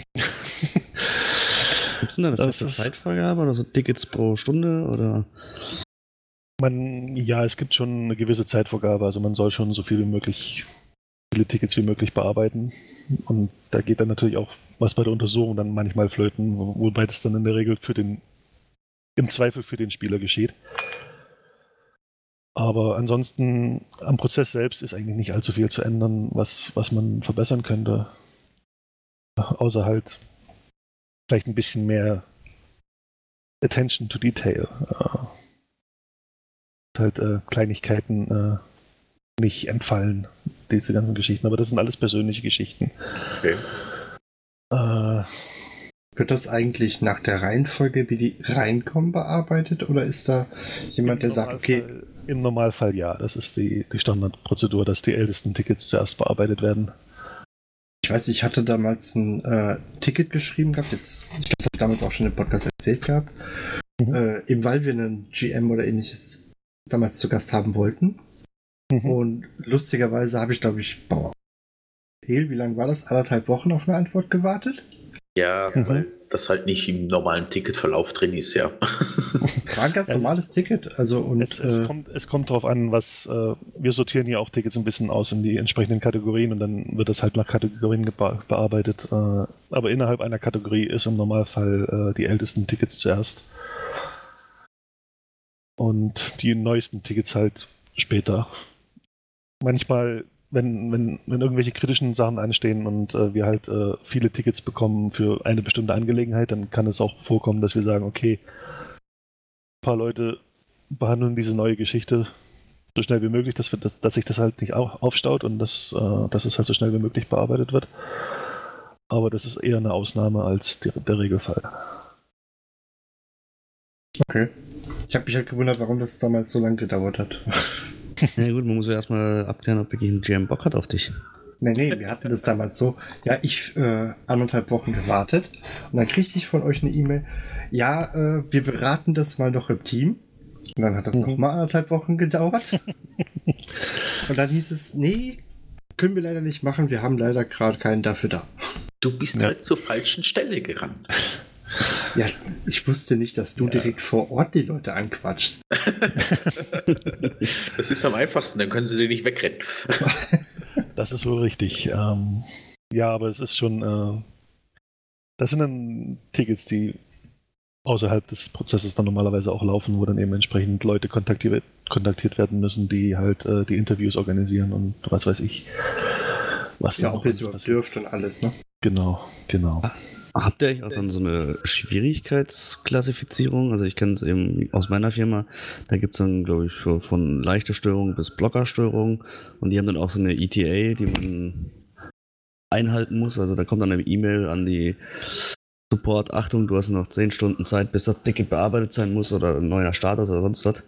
Gibt es denn da eine Das feste ist- Zeitvorgabe oder so Tickets pro Stunde? Oder? Man, ja, es gibt schon eine gewisse Zeitvorgabe, also man soll schon so viel wie möglich, viele Tickets wie möglich bearbeiten. Und da geht dann natürlich auch was bei der Untersuchung dann manchmal flöten, wo- wobei das dann in der Regel für den, im Zweifel für den Spieler geschieht. Aber ansonsten am Prozess selbst ist eigentlich nicht allzu viel zu ändern, was, was man verbessern könnte. Außer halt vielleicht ein bisschen mehr Attention to Detail. Äh, halt äh, Kleinigkeiten äh, nicht entfallen, diese ganzen Geschichten. Aber das sind alles persönliche Geschichten. Okay. Äh, Wird das eigentlich nach der Reihenfolge, wie die reinkommen, bearbeitet? Oder ist da jemand, der im sagt, okay, Normalfall- Im Normalfall ja. Das ist die, die Standardprozedur, dass die ältesten Tickets zuerst bearbeitet werden. ich weiß, ich hatte damals ein äh, Ticket geschrieben gehabt, jetzt, ich glaube, das habe ich damals auch schon im Podcast erzählt gehabt, Mhm. äh, eben weil wir einen G M oder ähnliches damals zu Gast haben wollten. Mhm. Und lustigerweise habe ich, glaube ich, boah, wie lange war das? Anderthalb Wochen auf eine Antwort gewartet? Ja, Mhm. weil das halt nicht im normalen Ticketverlauf drin ist, ja. War ein ganz normales Ticket. Also und, es, es, äh, kommt, es kommt darauf an, was äh, wir sortieren ja auch Tickets ein bisschen aus in die entsprechenden Kategorien und dann wird das halt nach Kategorien geba- bearbeitet. Äh, aber innerhalb einer Kategorie ist im Normalfall äh, die ältesten Tickets zuerst. Und die neuesten Tickets halt später. Manchmal, wenn, wenn, wenn irgendwelche kritischen Sachen anstehen und äh, wir halt äh, viele Tickets bekommen für eine bestimmte Angelegenheit, dann kann es auch vorkommen, dass wir sagen, okay, ein paar Leute behandeln diese neue Geschichte so schnell wie möglich, dass, wir, dass, dass sich das halt nicht aufstaut und dass, äh, dass es halt so schnell wie möglich bearbeitet wird. Aber das ist eher eine Ausnahme als die, der Regelfall. okay. Ich habe mich halt gewundert, warum das damals so lange gedauert hat. Ja gut, man muss ja erstmal abklären, ob wirklich ein G M Bock hat auf dich. Nee, nee, wir hatten das damals so. Ja, ich äh, anderthalb Wochen gewartet und dann kriegte ich von euch eine E-Mail. Ja, äh, wir beraten das mal noch im Team. Und dann hat das mhm. nochmal anderthalb Wochen gedauert. Und dann hieß es, nee, können wir leider nicht machen. Wir haben leider gerade keinen dafür da. Du bist ja. halt zur falschen Stelle gerannt. Ja, ich wusste nicht, dass du ja. direkt vor Ort die Leute anquatschst. Das ist am einfachsten, dann können sie dir nicht wegrennen. Das ist wohl richtig. Ähm, ja, aber es ist schon, äh, das sind dann Tickets, die außerhalb des Prozesses dann normalerweise auch laufen, wo dann eben entsprechend Leute kontaktiert, kontaktiert werden müssen, die halt äh, die Interviews organisieren und was weiß ich. Was ja, auch auch bis dürft und alles, ne? Genau, genau. Habt ihr eigentlich auch dann so eine Schwierigkeitsklassifizierung? Also ich kenne es eben aus meiner Firma, da gibt es dann, glaube ich, von, von leichter Störung bis Blockerstörung und die haben dann auch so eine E T A, die man einhalten muss. Also da kommt dann eine E-Mail an die Support, Achtung, du hast noch zehn Stunden Zeit, bis das Ticket bearbeitet sein muss oder ein neuer Status oder sonst was.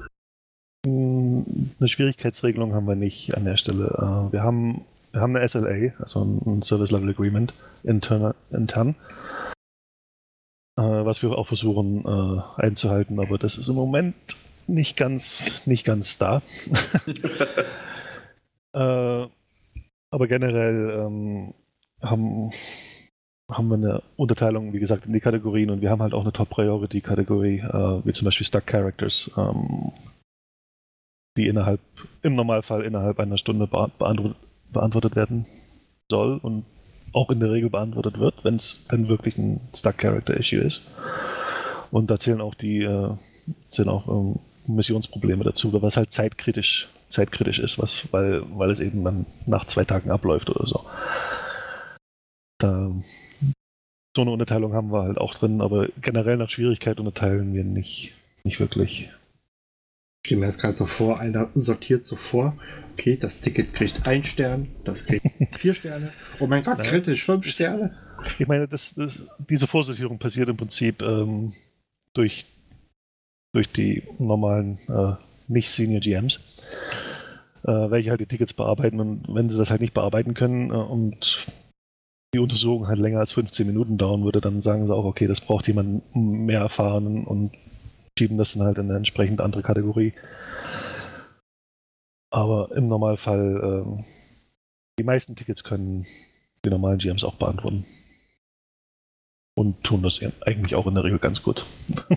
Eine Schwierigkeitsregelung haben wir nicht an der Stelle. Wir haben Wir haben eine S L A, also ein Service Level Agreement intern, intern äh, was wir auch versuchen äh, einzuhalten, aber das ist im Moment nicht ganz, nicht ganz da. äh, aber generell ähm, haben, haben wir eine Unterteilung, wie gesagt, in die Kategorien und wir haben halt auch eine Top-Priority-Kategorie, äh, wie zum Beispiel Stuck Characters, ähm, die innerhalb, im Normalfall innerhalb einer Stunde be- beantwortet beantwortet werden soll und auch in der Regel beantwortet wird, wenn es dann wirklich ein Stuck-Character-Issue ist. Und da zählen auch die äh, zählen auch ähm, Missionsprobleme dazu, was halt zeitkritisch, zeitkritisch ist, was, weil, weil es eben dann nach zwei Tagen abläuft oder so. Da, so eine Unterteilung haben wir halt auch drin, aber generell nach Schwierigkeit unterteilen wir nicht, nicht wirklich. Ich stelle mir das gerade so vor, einer sortiert so vor, okay, das Ticket kriegt ein Stern, das kriegt vier Sterne, oh mein Gott, kritisch, fünf Sterne. Ich meine, das, das, diese Vorsortierung passiert im Prinzip ähm, durch, durch die normalen äh, Nicht-Senior-G Ms, äh, welche halt die Tickets bearbeiten und wenn sie das halt nicht bearbeiten können äh, und die Untersuchung halt länger als fünfzehn Minuten dauern würde, dann sagen sie auch, okay, das braucht jemand mehr Erfahrenen und schieben das dann halt in eine entsprechend andere Kategorie. Aber im Normalfall, äh, die meisten Tickets können die normalen G Ms auch beantworten. Und tun das eigentlich auch in der Regel ganz gut.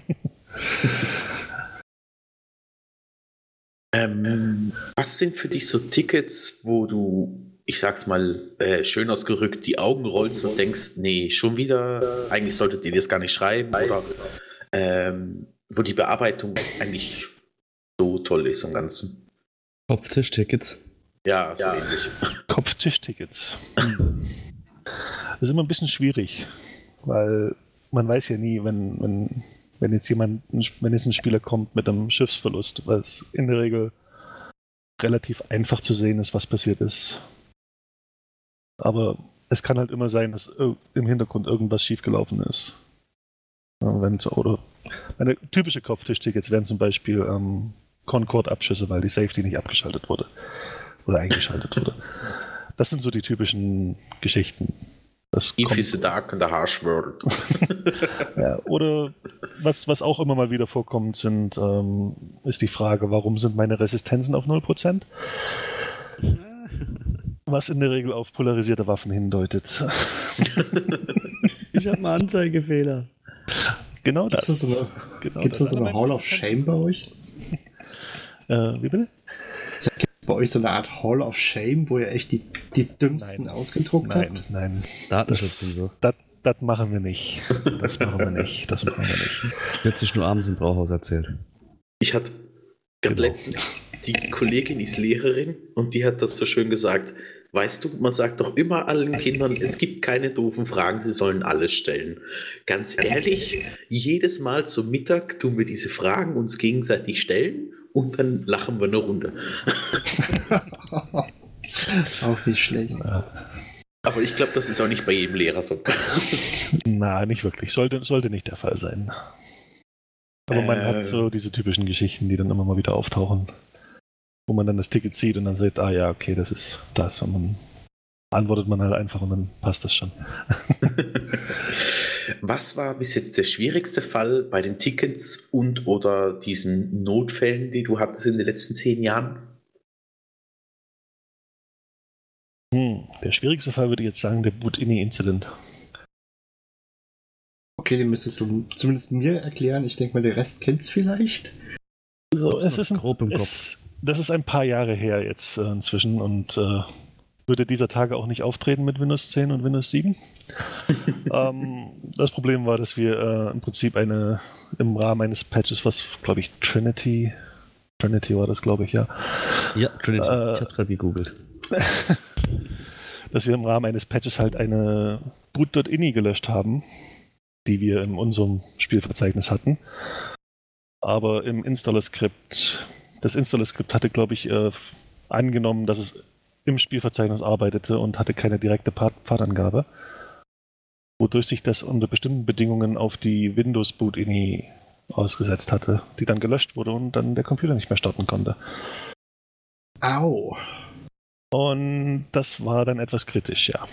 ähm, was sind für dich so Tickets, wo du, ich sag's mal, äh, schön ausgerückt, die Augen rollst und denkst, nee, schon wieder, eigentlich solltet ihr das gar nicht schreiben, oder ähm, wo die Bearbeitung eigentlich so toll ist am Ganzen. Kopftischtickets. Ja, so ja. ähnlich. Kopftischtickets. Das ist immer ein bisschen schwierig, weil man weiß ja nie, wenn, wenn, wenn jetzt jemand, wenn jetzt ein Spieler kommt mit einem Schiffsverlust, weil es in der Regel relativ einfach zu sehen ist, was passiert ist. Aber es kann halt immer sein, dass im Hintergrund irgendwas schiefgelaufen ist. Wenn, oder meine typische Kopftischtickets wären zum Beispiel ähm, Concorde-Abschüsse, weil die Safety nicht abgeschaltet wurde oder eingeschaltet wurde. Das sind so die typischen Geschichten. Das If is the dark and the harsh world. Ja, oder was, was auch immer mal wieder vorkommt, sind, ähm, ist die Frage, warum sind meine Resistenzen auf null Prozent? Was in der Regel auf polarisierte Waffen hindeutet. Ich habe einen Anzeigefehler. Genau Gibt das. es so eine, genau gibt's da das. so eine Hall of Shame bei euch? Äh, wie bitte? Gibt es bei euch so eine Art Hall of Shame, wo ihr echt die, die dümmsten Nein. ausgedruckt Nein, habt? nein. Datenschutz Das, und so. das, das machen wir nicht. Das machen wir nicht. Das machen wir nicht. Wird sich nur abends im Brauhaus erzählt. Ich hatte gerade Genau. letztens, die Kollegin ist Lehrerin und die hat das so schön gesagt. Weißt du, man sagt doch immer allen Kindern, es gibt keine doofen Fragen, sie sollen alles stellen. Ganz ehrlich, jedes Mal zum Mittag tun wir diese Fragen uns gegenseitig stellen und dann lachen wir eine Runde. Auch nicht schlecht. Aber ich glaube, das ist auch nicht bei jedem Lehrer so. Na, nicht wirklich. Sollte, sollte nicht der Fall sein. Aber man Äh. hat so diese typischen Geschichten, die dann immer mal wieder auftauchen, wo man dann das Ticket sieht und dann sieht, ah ja, okay, das ist das. Und dann antwortet man halt einfach und dann passt das schon. Was war bis jetzt der schwierigste Fall bei den Tickets und oder diesen Notfällen, die du hattest in den letzten zehn Jahren? Hm, der schwierigste Fall würde ich jetzt sagen, der Boot-Ini-Incident. Okay, den müsstest du zumindest mir erklären. Ich denke mal, der Rest kennt's vielleicht. Also, Hab's es noch ist ein, grob im es, das ist ein paar Jahre her jetzt äh, inzwischen und äh, würde dieser Tage auch nicht auftreten mit Windows zehn und Windows sieben. ähm, das Problem war, dass wir äh, im Prinzip eine im Rahmen eines Patches, was glaube ich Trinity, Trinity war das, glaube ich, ja. Ja, Trinity. Äh, ich habe gerade gegoogelt. dass wir im Rahmen eines Patches halt eine boot.ini gelöscht haben, die wir in unserem Spielverzeichnis hatten. Aber im Installer-Skript, das Installer-Skript hatte, glaube ich, äh, angenommen, dass es im Spielverzeichnis arbeitete und hatte keine direkte Pfadangabe, wodurch sich das unter bestimmten Bedingungen auf die Windows-Boot-ini ausgesetzt hatte, die dann gelöscht wurde und dann der Computer nicht mehr starten konnte. Au. Und das war dann etwas kritisch, ja.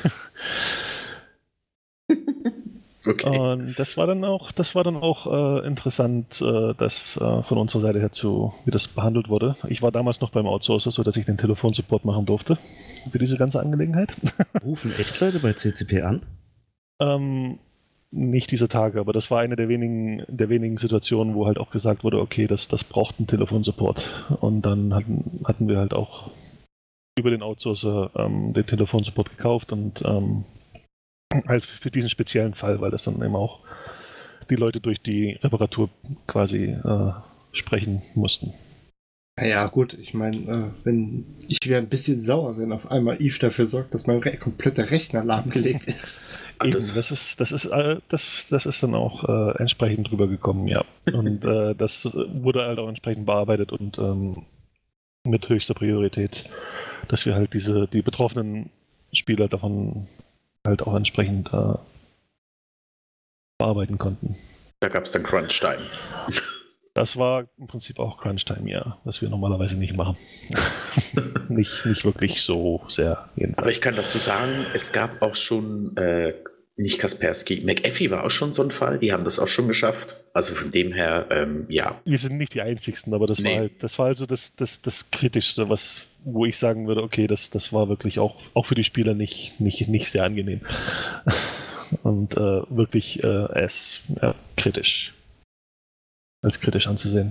Okay. Und das war dann auch, das war dann auch äh, interessant, äh, das äh, von unserer Seite her zu, wie das behandelt wurde. Ich war damals noch beim Outsourcer, so dass ich den Telefonsupport machen durfte für diese ganze Angelegenheit. Rufen echt Leute bei C C P an? ähm, nicht diese Tage, aber das war eine der wenigen, der wenigen Situationen, wo halt auch gesagt wurde, okay, das, das braucht einen Telefonsupport. Und dann hatten, hatten wir halt auch über den Outsourcer ähm, den Telefonsupport gekauft und ähm, halt für diesen speziellen Fall, weil das dann eben auch die Leute durch die Reparatur quasi äh, sprechen mussten. Naja, gut, ich meine, äh, wenn ich wäre ein bisschen sauer, wenn auf einmal Eve dafür sorgt, dass mein re kompletter Rechner lahmgelegt ist. Eben, das ist, das ist, äh, das, das ist dann auch äh, entsprechend drüber gekommen, ja. Und äh, das wurde halt auch entsprechend bearbeitet und ähm, mit höchster Priorität, dass wir halt diese, die betroffenen Spieler davon halt auch entsprechend äh, bearbeiten konnten. Da gab es dann Crunch-Time. Das war im Prinzip auch Crunch-Time, ja, was wir normalerweise nicht machen. nicht, nicht wirklich so sehr. Jedenfalls. Aber ich kann dazu sagen, es gab auch schon, äh, nicht Kaspersky, McAfee war auch schon so ein Fall, die haben das auch schon geschafft. Also von dem her, ähm, ja. Wir sind nicht die Einzigsten, aber das Nee. war halt, das war also das, das, das Kritischste, was, wo ich sagen würde, okay, das, das war wirklich auch, auch für die Spieler nicht, nicht, nicht sehr angenehm. Und äh, wirklich äh, es ja, kritisch. Als kritisch anzusehen.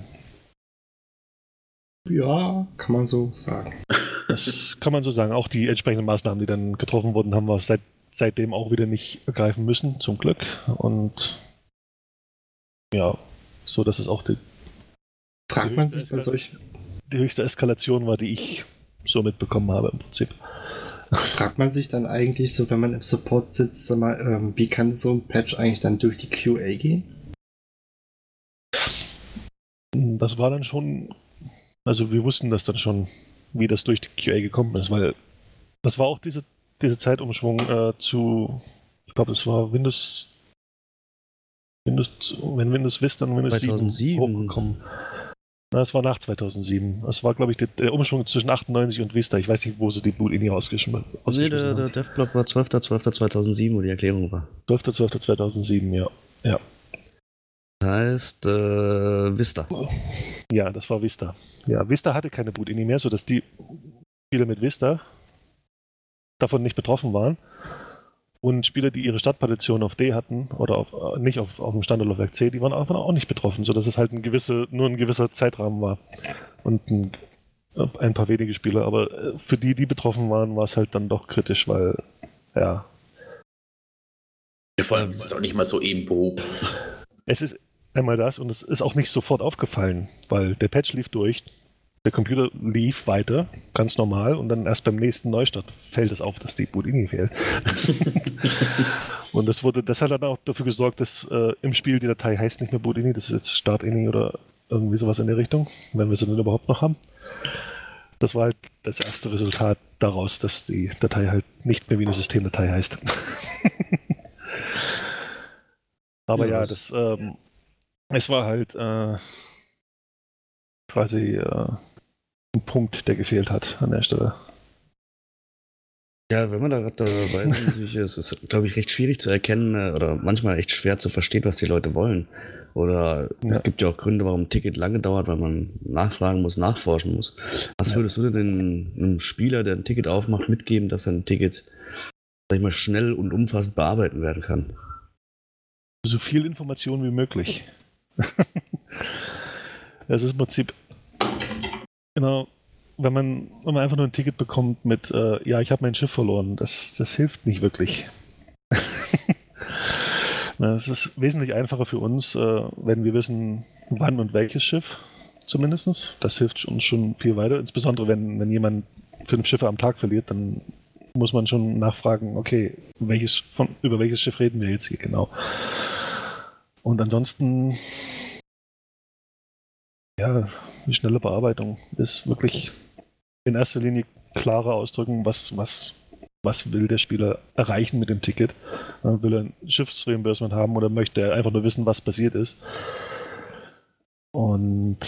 Ja, kann man so sagen. Das kann man so sagen. Auch die entsprechenden Maßnahmen, die dann getroffen wurden, haben wir seit, seitdem auch wieder nicht ergreifen müssen, zum Glück. Und ja, so dass es auch die, Fragt die man höchste sich bei solch, die höchste Eskalation war, die ich so mitbekommen habe im Prinzip. fragt man sich dann eigentlich so, wenn man im Support sitzt, sag mal, ähm, wie kann so ein Patch eigentlich dann durch die Q A gehen? Das war dann schon, also wir wussten das dann schon, wie das durch die Q A gekommen ist, weil das war auch diese, diese Zeitumschwung äh, zu, ich glaube, es war Windows, Windows, wenn Windows Vista und Windows zweitausendsieben sieben hochgekommen. Na, es war nach zweitausendsieben. Es war, glaube ich, der, der Umschwung zwischen achtundneunzig und Vista. Ich weiß nicht, wo sie die Boot-ini rausgeschmissen Nee, der, der Devblog war zwölfter zwölfter zweitausendsieben, wo die Erklärung war. zwölfter zwölfter zweitausendsieben, ja. Ja. Das heißt, äh, Vista. Ja, das war Vista. Ja, Vista hatte keine Boot-ini mehr, sodass die Spiele mit Vista davon nicht betroffen waren. Und Spieler, die ihre Startposition auf D hatten oder auf, äh, nicht auf, auf dem Standardlaufwerk C, die waren auch, auch nicht betroffen, sodass es halt ein gewisse, nur ein gewisser Zeitrahmen war. Und ein, ein paar wenige Spieler. Aber für die, die betroffen waren, war es halt dann doch kritisch, weil, ja. Ja, vor allem ist es auch nicht mal so eben behoben. Es ist einmal das und es ist auch nicht sofort aufgefallen, weil der Patch lief durch, der Computer lief weiter, ganz normal, und dann erst beim nächsten Neustart fällt es auf, dass die Boot-ini fehlt. Und das wurde, das hat dann auch dafür gesorgt, dass äh, im Spiel die Datei heißt nicht mehr Boot-ini, das ist jetzt Start-ini oder irgendwie sowas in der Richtung, wenn wir sie dann überhaupt noch haben. Das war halt das erste Resultat daraus, dass die Datei halt nicht mehr wie eine Systemdatei heißt. Aber ja, ja das, ähm, es war halt äh, quasi äh, ein Punkt, der gefehlt hat an der Stelle. Ja, wenn man da gerade dabei ist, ist es, glaube ich, recht schwierig zu erkennen äh, oder manchmal echt schwer zu verstehen, was die Leute wollen. Oder ja. Es gibt ja auch Gründe, warum ein Ticket lange dauert, weil man nachfragen muss, nachforschen muss. Was würdest du denn einem Spieler, der ein Ticket aufmacht, mitgeben, dass er ein Ticket, sag ich mal, schnell und umfassend bearbeiten werden kann? So viel Information wie möglich. Das ist im Prinzip, genau, wenn man, wenn man einfach nur ein Ticket bekommt mit, äh, ja, ich habe mein Schiff verloren, das, das hilft nicht wirklich. Es ist wesentlich einfacher für uns, äh, wenn wir wissen, wann und welches Schiff zumindest. Das hilft uns schon viel weiter, insbesondere wenn, wenn jemand fünf Schiffe am Tag verliert, dann muss man schon nachfragen, okay, welches von, über welches Schiff reden wir jetzt hier genau. Und ansonsten, ja, die schnelle Bearbeitung ist wirklich in erster Linie klarer ausdrücken, was, was, was will der Spieler erreichen mit dem Ticket. Will er ein Schiffsreimbursement haben oder möchte er einfach nur wissen, was passiert ist? Und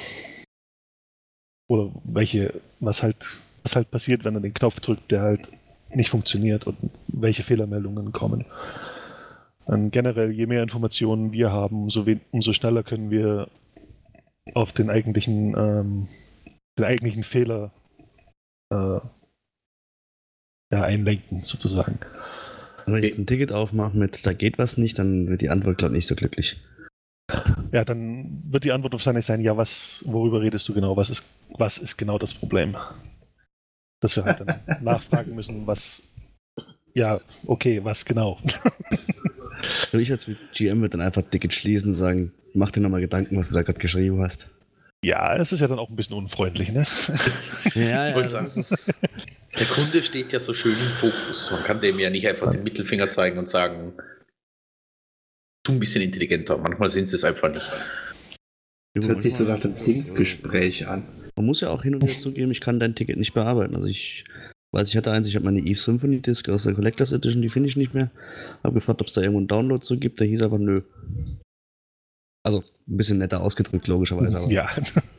oder welche, was halt, was halt passiert, wenn er den Knopf drückt, der halt nicht funktioniert und welche Fehlermeldungen kommen. Und generell, je mehr Informationen wir haben, umso, we- umso schneller können wir auf den eigentlichen, ähm, den eigentlichen Fehler äh, ja, einlenken, sozusagen. Wenn ich jetzt ein Ticket aufmache mit, da geht was nicht, dann wird die Antwort, glaube ich, nicht so glücklich. Ja, dann wird die Antwort wahrscheinlich sein, ja, was, worüber redest du genau? Was ist, was ist genau das Problem? Dass wir halt dann nachfragen müssen, was, ja, okay, was genau? Ich als G M würde dann einfach Ticket schließen und sagen, mach dir nochmal Gedanken, was du da gerade geschrieben hast. Ja, das ist ja dann auch ein bisschen unfreundlich, ne? Ja, ja. Das ist, der Kunde steht ja so schön im Fokus. Man kann dem ja nicht einfach den Mittelfinger zeigen und sagen, tu ein bisschen intelligenter. Manchmal sind sie es einfach nicht. Das hört sich so nach dem Dingsgespräch an. Man muss ja auch hin und her zugeben, ich kann dein Ticket nicht bearbeiten. Also ich weiß, ich hatte eins, ich habe meine Eve Symphony Disc aus der Collectors Edition, die finde ich nicht mehr. Habe gefragt, ob es da irgendwo einen Download zu gibt, der hieß aber nö. Also ein bisschen netter ausgedrückt, logischerweise. Aber ja.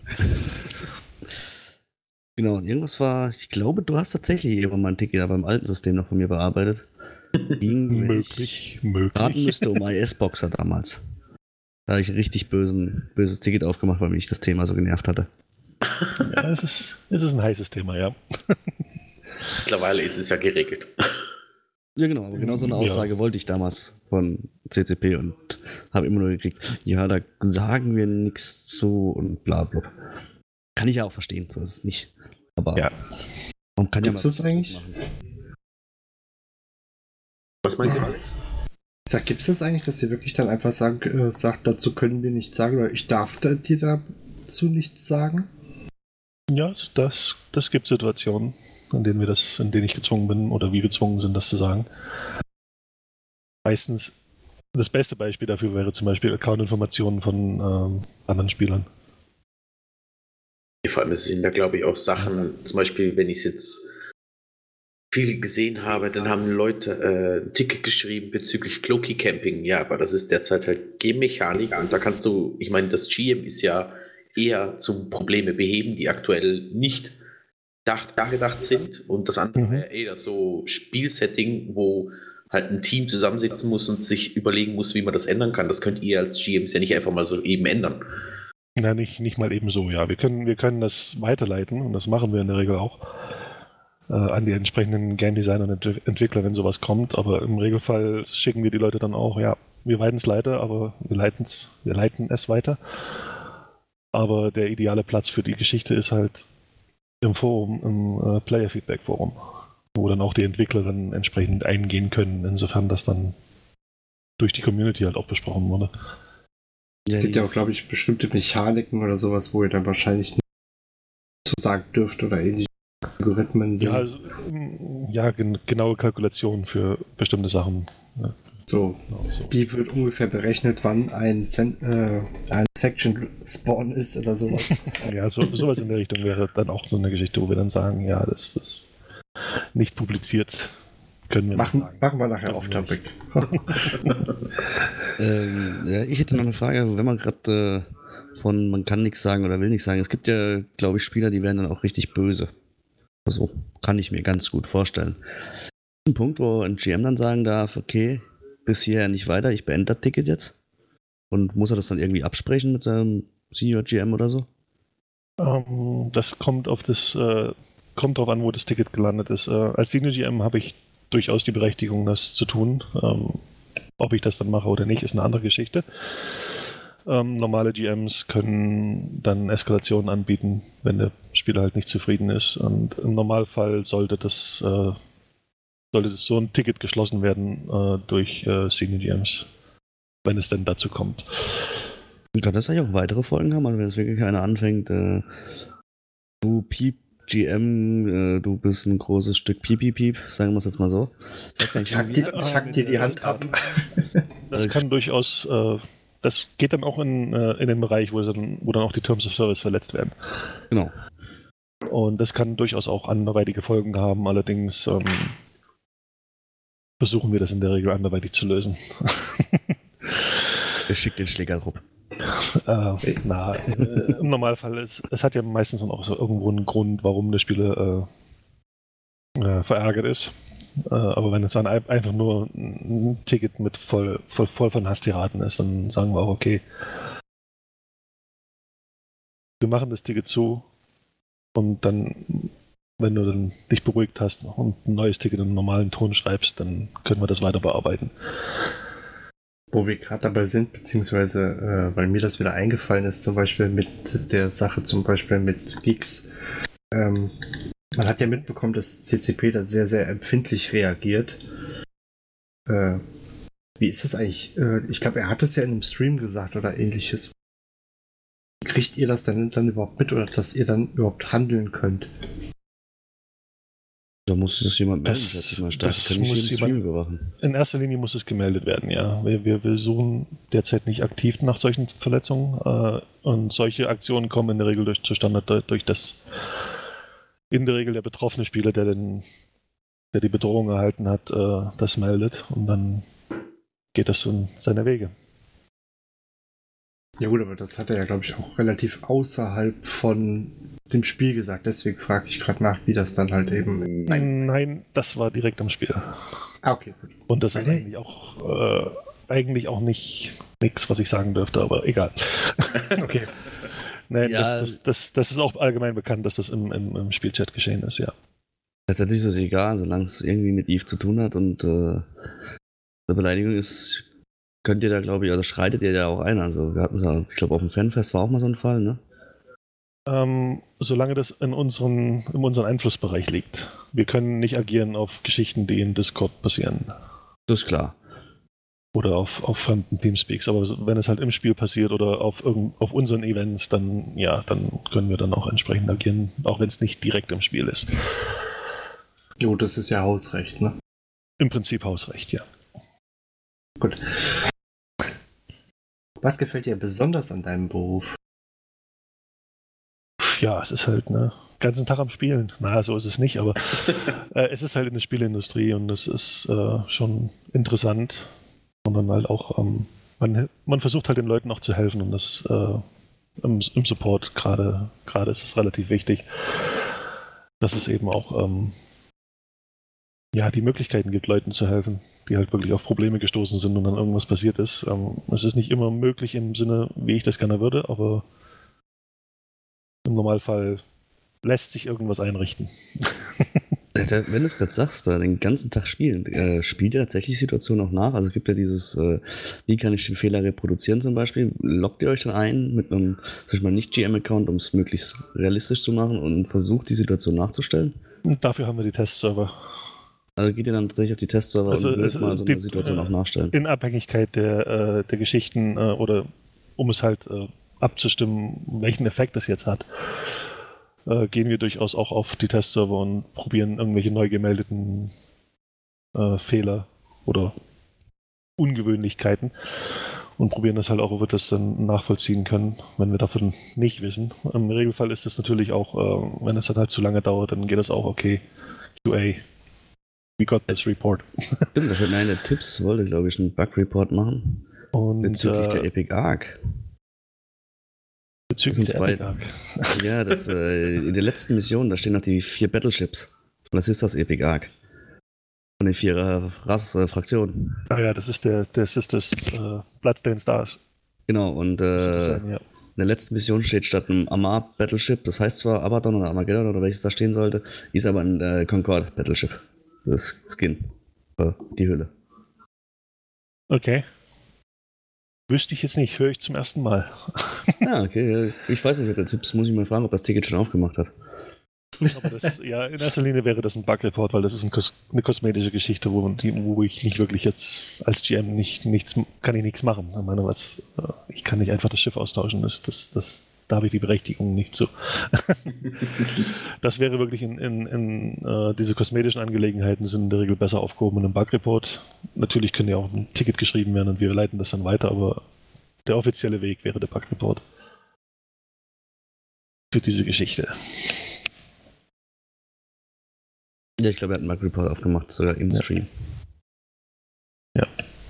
Genau, und irgendwas war, ich glaube, du hast tatsächlich irgendwann mal ein Ticket beim alten System noch von mir bearbeitet. Möglich, möglich. Raten müsste um I S-Boxer damals. Da habe ich richtig bösen, böses Ticket aufgemacht, weil mich das Thema so genervt hatte. Ja, es ist, es ist ein heißes Thema, ja. Mittlerweile ist es ja geregelt. Ja, genau, aber genau so eine Aussage ja. wollte ich damals von C C P und habe immer nur gekriegt, ja, da sagen wir nichts zu und bla bla. Kann ich ja auch verstehen, so ist es nicht. Aber ja. man kann Gibt's ja mal das eigentlich? Machen. Was meinst du, Alex? Ich sag, gibt es das eigentlich, dass ihr wirklich dann einfach sagen, äh, sagt, dazu können wir nichts sagen oder ich darf da, dir dazu nichts sagen? Ja, das, das gibt Situationen, in denen wir das, in denen ich gezwungen bin oder wir gezwungen sind, das zu sagen. Meistens, das beste Beispiel dafür wäre zum Beispiel Account-Informationen von ähm, anderen Spielern. Vor allem sind da, glaube ich, auch Sachen, zum Beispiel, wenn ich es jetzt viel gesehen habe, dann haben Leute äh, ein Ticket geschrieben bezüglich Cloaky Camping. Ja, aber das ist derzeit halt Game-Mechanik und da kannst du, ich meine, das G M ist ja eher zum Probleme beheben, die aktuell nicht angedacht sind und das andere mhm. wäre eher so Spielsetting, wo halt ein Team zusammensitzen muss und sich überlegen muss, wie man das ändern kann. Das könnt ihr als G Ms ja nicht einfach mal so eben ändern. Ja, nicht, nicht mal eben so, ja. Wir können, wir können das weiterleiten und das machen wir in der Regel auch. äh, an die entsprechenden Game Designer und Ent- Entwickler, wenn sowas kommt. Aber im Regelfall schicken wir die Leute dann auch, ja, wir leiten es weiter, aber wir, leiten's, wir leiten es weiter. Aber der ideale Platz für die Geschichte ist halt im Forum, im äh, Player-Feedback-Forum, wo dann auch die Entwickler dann entsprechend eingehen können, insofern das dann durch die Community halt auch besprochen wurde. Es gibt ja auch, glaube ich, bestimmte Mechaniken oder sowas, wo ihr dann wahrscheinlich nicht zu sagen dürft oder ähnliche Algorithmen sind. Ja, also, ja gen- genaue Kalkulationen für bestimmte Sachen. Ja, so, genau so. wie wird ungefähr berechnet, wann ein, Zen- äh, ein Faction-Spawn ist oder sowas. Ja, so, sowas in der Richtung wäre dann auch so eine Geschichte, wo wir dann sagen, ja, das ist nicht publiziert, können wir machen, nicht sagen. machen wir nachher Doch off-topic. ähm, ja, ich hätte noch eine Frage, wenn man gerade äh, von man kann nichts sagen oder will nichts sagen, es gibt ja, glaube ich, Spieler, die werden dann auch richtig böse. Also kann ich mir ganz gut vorstellen. Ein Punkt, wo ein G M dann sagen darf, okay, bis hierher nicht weiter, ich beende das Ticket jetzt. Und muss er das dann irgendwie absprechen mit seinem Senior G M oder so? Ähm, das kommt auf das, äh, kommt darauf an, wo das Ticket gelandet ist. Äh, als Senior G M habe ich durchaus die Berechtigung, das zu tun. Ähm, ob ich das dann mache oder nicht, ist eine andere Geschichte. Ähm, normale G Ms können dann Eskalationen anbieten, wenn der Spieler halt nicht zufrieden ist. Und im Normalfall sollte das, äh, sollte das so ein Ticket geschlossen werden äh, durch äh, Senior G Ms, wenn es denn dazu kommt. Kann das eigentlich auch weitere Folgen haben? Also wenn es wirklich einer anfängt, äh, du Piep G M, äh, du bist ein großes Stück Piep-Piep-Piep, sagen wir es jetzt mal so. Ich weiß gar nicht, Ich hack, wie- die, ich hack dir die Hand ab. Das kann durchaus, äh, das geht dann auch in, äh, in den Bereich, wo dann, wo dann auch die Terms of Service verletzt werden. Genau. Und das kann durchaus auch anderweitige Folgen haben, allerdings ähm, versuchen wir das in der Regel anderweitig zu lösen. Er schickt den Schläger rum. äh, na, äh, im Normalfall ist, es hat ja meistens dann auch so irgendwo einen Grund, warum der Spieler äh, äh, verärgert ist. Äh, aber wenn es dann ein- einfach nur ein Ticket mit voll, voll, voll von Hasstiraden ist, dann sagen wir auch, okay, wir machen das Ticket zu und dann, wenn du dann dich beruhigt hast und ein neues Ticket im normalen Ton schreibst, dann können wir das weiter bearbeiten. Wo wir gerade dabei sind, beziehungsweise äh, weil mir das wieder eingefallen ist, zum Beispiel mit der Sache, zum Beispiel mit Geeks. Ähm, man hat ja mitbekommen, dass C C P da sehr, sehr empfindlich reagiert. Äh, wie ist das eigentlich? Äh, ich glaube, er hat es ja in einem Stream gesagt oder ähnliches. Kriegt ihr das dann, dann überhaupt mit oder dass ihr dann überhaupt handeln könnt? Da muss das jemand melden, Das- schätze ich mal stark. das Kann ich muss jeden Stream jemand- überwachen. In erster Linie muss es gemeldet werden, ja. Wir, wir, wir suchen derzeit nicht aktiv nach solchen Verletzungen äh, und solche Aktionen kommen in der Regel durch, zustande durch, durch das in der Regel der betroffene Spieler, der, den, der die Bedrohung erhalten hat, äh, das meldet und dann geht das in seine Wege. Ja gut, aber das hat er ja, glaube ich, auch relativ außerhalb von dem Spiel gesagt. Deswegen frage ich gerade nach, wie das dann halt eben... Nein. das war direkt am Spiel. Ah, okay, gut. Und das ist Okay. eigentlich auch äh, eigentlich auch nicht nichts, was ich sagen dürfte, aber egal. Okay. Nein, Ja. das, das, das, das ist auch allgemein bekannt, dass das im, im, im Spielchat geschehen ist, ja. Letztendlich ist es egal, solange es irgendwie mit Eve zu tun hat und äh, eine Beleidigung ist, könnt ihr da, glaube ich, also schreitet ihr ja auch ein. Also wir hatten es ja, ich glaube, auf dem Fanfest war auch mal so ein Fall, ne? Ähm, solange das in, unseren, in unserem Einflussbereich liegt. Wir können nicht agieren auf Geschichten, die in Discord passieren. Das ist klar. Oder auf, auf fremden Teamspeaks. Aber so- wenn es halt im Spiel passiert oder auf, irgend, auf unseren Events, dann ja, dann können wir dann auch entsprechend agieren, auch wenn es nicht direkt im Spiel ist. Jo, das ist ja Hausrecht, ne? Im Prinzip Hausrecht, ja. Gut. Was gefällt dir besonders an deinem Beruf? Ja, es ist halt, ne, ganzen Tag am Spielen. Na, so ist es nicht, aber äh, es ist halt in der Spieleindustrie und es ist äh, schon interessant. Und dann halt auch, ähm, man, man versucht halt den Leuten auch zu helfen und das äh, im, im Support gerade gerade ist es relativ wichtig, dass es eben auch ähm, ja, die Möglichkeiten gibt, Leuten zu helfen, die halt wirklich auf Probleme gestoßen sind und dann irgendwas passiert ist. Ähm, es ist nicht immer möglich im Sinne, wie ich das gerne würde, aber im Normalfall lässt sich irgendwas einrichten. Wenn du es gerade sagst, da den ganzen Tag spielen, äh, spielt ihr tatsächlich die Situation auch nach? Also es gibt ja dieses, äh, wie kann ich den Fehler reproduzieren zum Beispiel? Loggt ihr euch dann ein mit einem, sag ich mal, Nicht-G M-Account, um es möglichst realistisch zu machen und versucht die Situation nachzustellen? Und dafür haben wir die Testserver. Also geht ihr dann tatsächlich auf die Testserver Also, und will also mal so die, eine Situation äh, auch nachstellen? In Abhängigkeit der, äh, der Geschichten äh, oder um es halt äh, abzustimmen, welchen Effekt das jetzt hat, äh, gehen wir durchaus auch auf die Testserver und probieren irgendwelche neu gemeldeten äh, Fehler oder Ungewöhnlichkeiten und probieren das halt auch, ob wir das dann nachvollziehen können, wenn wir davon nicht wissen. Im Regelfall ist es natürlich auch, äh, wenn es dann halt zu lange dauert, dann geht es auch, okay, Q A, we got this report. Stimmt, da fällt mir eine Tipps, wollte glaube ich einen Bug-Report machen Und, bezüglich äh, der Epic Arc. Bezüglich Das der sind Epic Arc. Ja, das, äh, in der letzten Mission, da stehen noch die vier Battleships. Und das ist das Epic Arc. Von den vier äh, Rass-Fraktionen. Ah ja, das ist der, das ist das äh, Bloodstained Stars. Genau, und Das äh, Design, ja. in der letzten Mission steht statt einem Amar Battleship, das heißt zwar Abaddon oder Armageddon oder welches da stehen sollte, ist aber ein äh, Concorde Battleship. Das Skin. Äh, die Hülle. Okay. Wüsste ich jetzt nicht, höre ich zum ersten Mal. Ja, okay. Ich weiß nicht, ob der Tipps, muss ich mal fragen, ob das Ticket schon aufgemacht hat. Aber das, ja, in erster Linie wäre das ein Bug-Report, weil das ist ein Kos eine kosmetische Geschichte, wo, die, wo ich nicht wirklich jetzt als G M nicht, nichts, kann ich nichts machen. Ich meine, was, ich kann nicht einfach das Schiff austauschen, das, das, das, da habe ich die Berechtigung nicht zu. Das wäre wirklich in, in, in uh, diese kosmetischen Angelegenheiten sind in der Regel besser aufgehoben in einem Bug-Report. Natürlich können ja auch ein Ticket geschrieben werden und wir leiten das dann weiter, aber der offizielle Weg wäre der Bug-Report für diese Geschichte. Ja, ich glaube, er hat einen Bug-Report aufgemacht, sogar im Ja. Stream. Ja.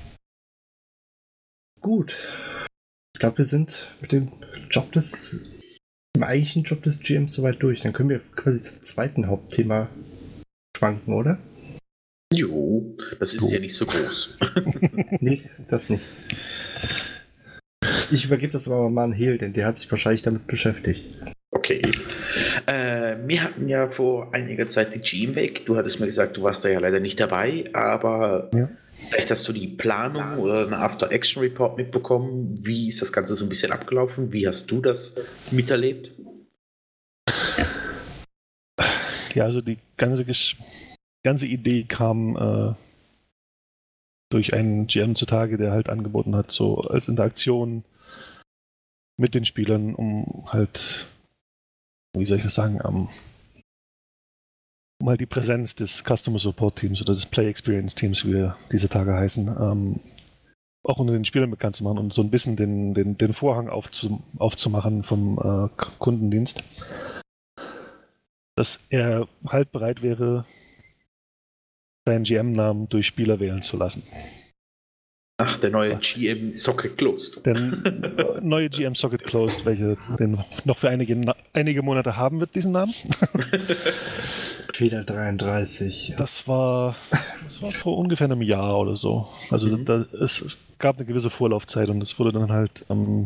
Gut. Ich glaube, wir sind mit dem Job des, dem eigentlichen Job des G Ms soweit durch. Dann können wir quasi zum zweiten Hauptthema schwanken, oder? Jo, das ist Groß. ja nicht so groß. Nee, das nicht. Ich übergebe das aber mal an Hehl, denn der hat sich wahrscheinlich damit beschäftigt. Okay. Äh, wir hatten ja vor einiger Zeit die G M weg. Du hattest mir gesagt, du warst da ja leider nicht dabei, aber Ja. vielleicht hast du die Planung oder einen After-Action-Report mitbekommen. Wie ist das Ganze so ein bisschen abgelaufen? Wie hast du das miterlebt? Ja, also die ganze, Gesch ganze Idee kam äh, durch einen G M zutage, der halt angeboten hat, so als Interaktion mit den Spielern, um halt, wie soll ich das sagen, um, um halt die Präsenz des Customer Support Teams oder des Play Experience Teams, wie wir diese Tage heißen, ähm, auch unter den Spielern bekannt zu machen und so ein bisschen den, den, den Vorhang aufzu aufzumachen vom äh, Kundendienst. Dass er halt bereit wäre, seinen G M-Namen durch Spieler wählen zu lassen. Ach, der neue G M Socket Closed. Der neue G M Socket Closed, welcher den noch für einige, einige Monate haben wird, diesen Namen. Fehler dreiunddreißig. Das war, das war vor ungefähr einem Jahr oder so. Also Mhm. da, es, es gab eine gewisse Vorlaufzeit und es wurde dann halt, ähm,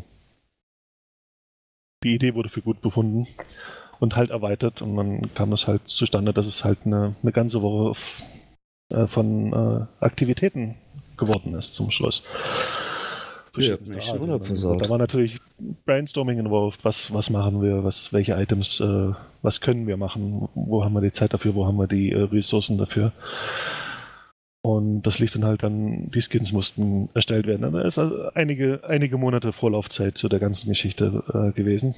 die Idee wurde für gut befunden und halt erweitert und dann kam das halt zustande, dass es halt eine, eine ganze Woche äh, von äh, Aktivitäten geworden ist zum Schluss. Verschiedenste mich Arten. Urlaub Und versaut. Da war natürlich Brainstorming involved, was, was machen wir, was, welche Items, äh, was können wir machen, wo haben wir die Zeit dafür, wo haben wir die äh, Ressourcen dafür. Und das lief dann halt dann, die Skins mussten erstellt werden. Da ist also einige, einige Monate Vorlaufzeit zu der ganzen Geschichte äh, gewesen.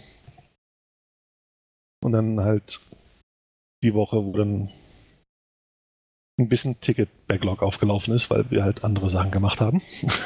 Und dann halt die Woche, wo dann ein bisschen Ticket-Backlog aufgelaufen ist, weil wir halt andere Sachen gemacht haben.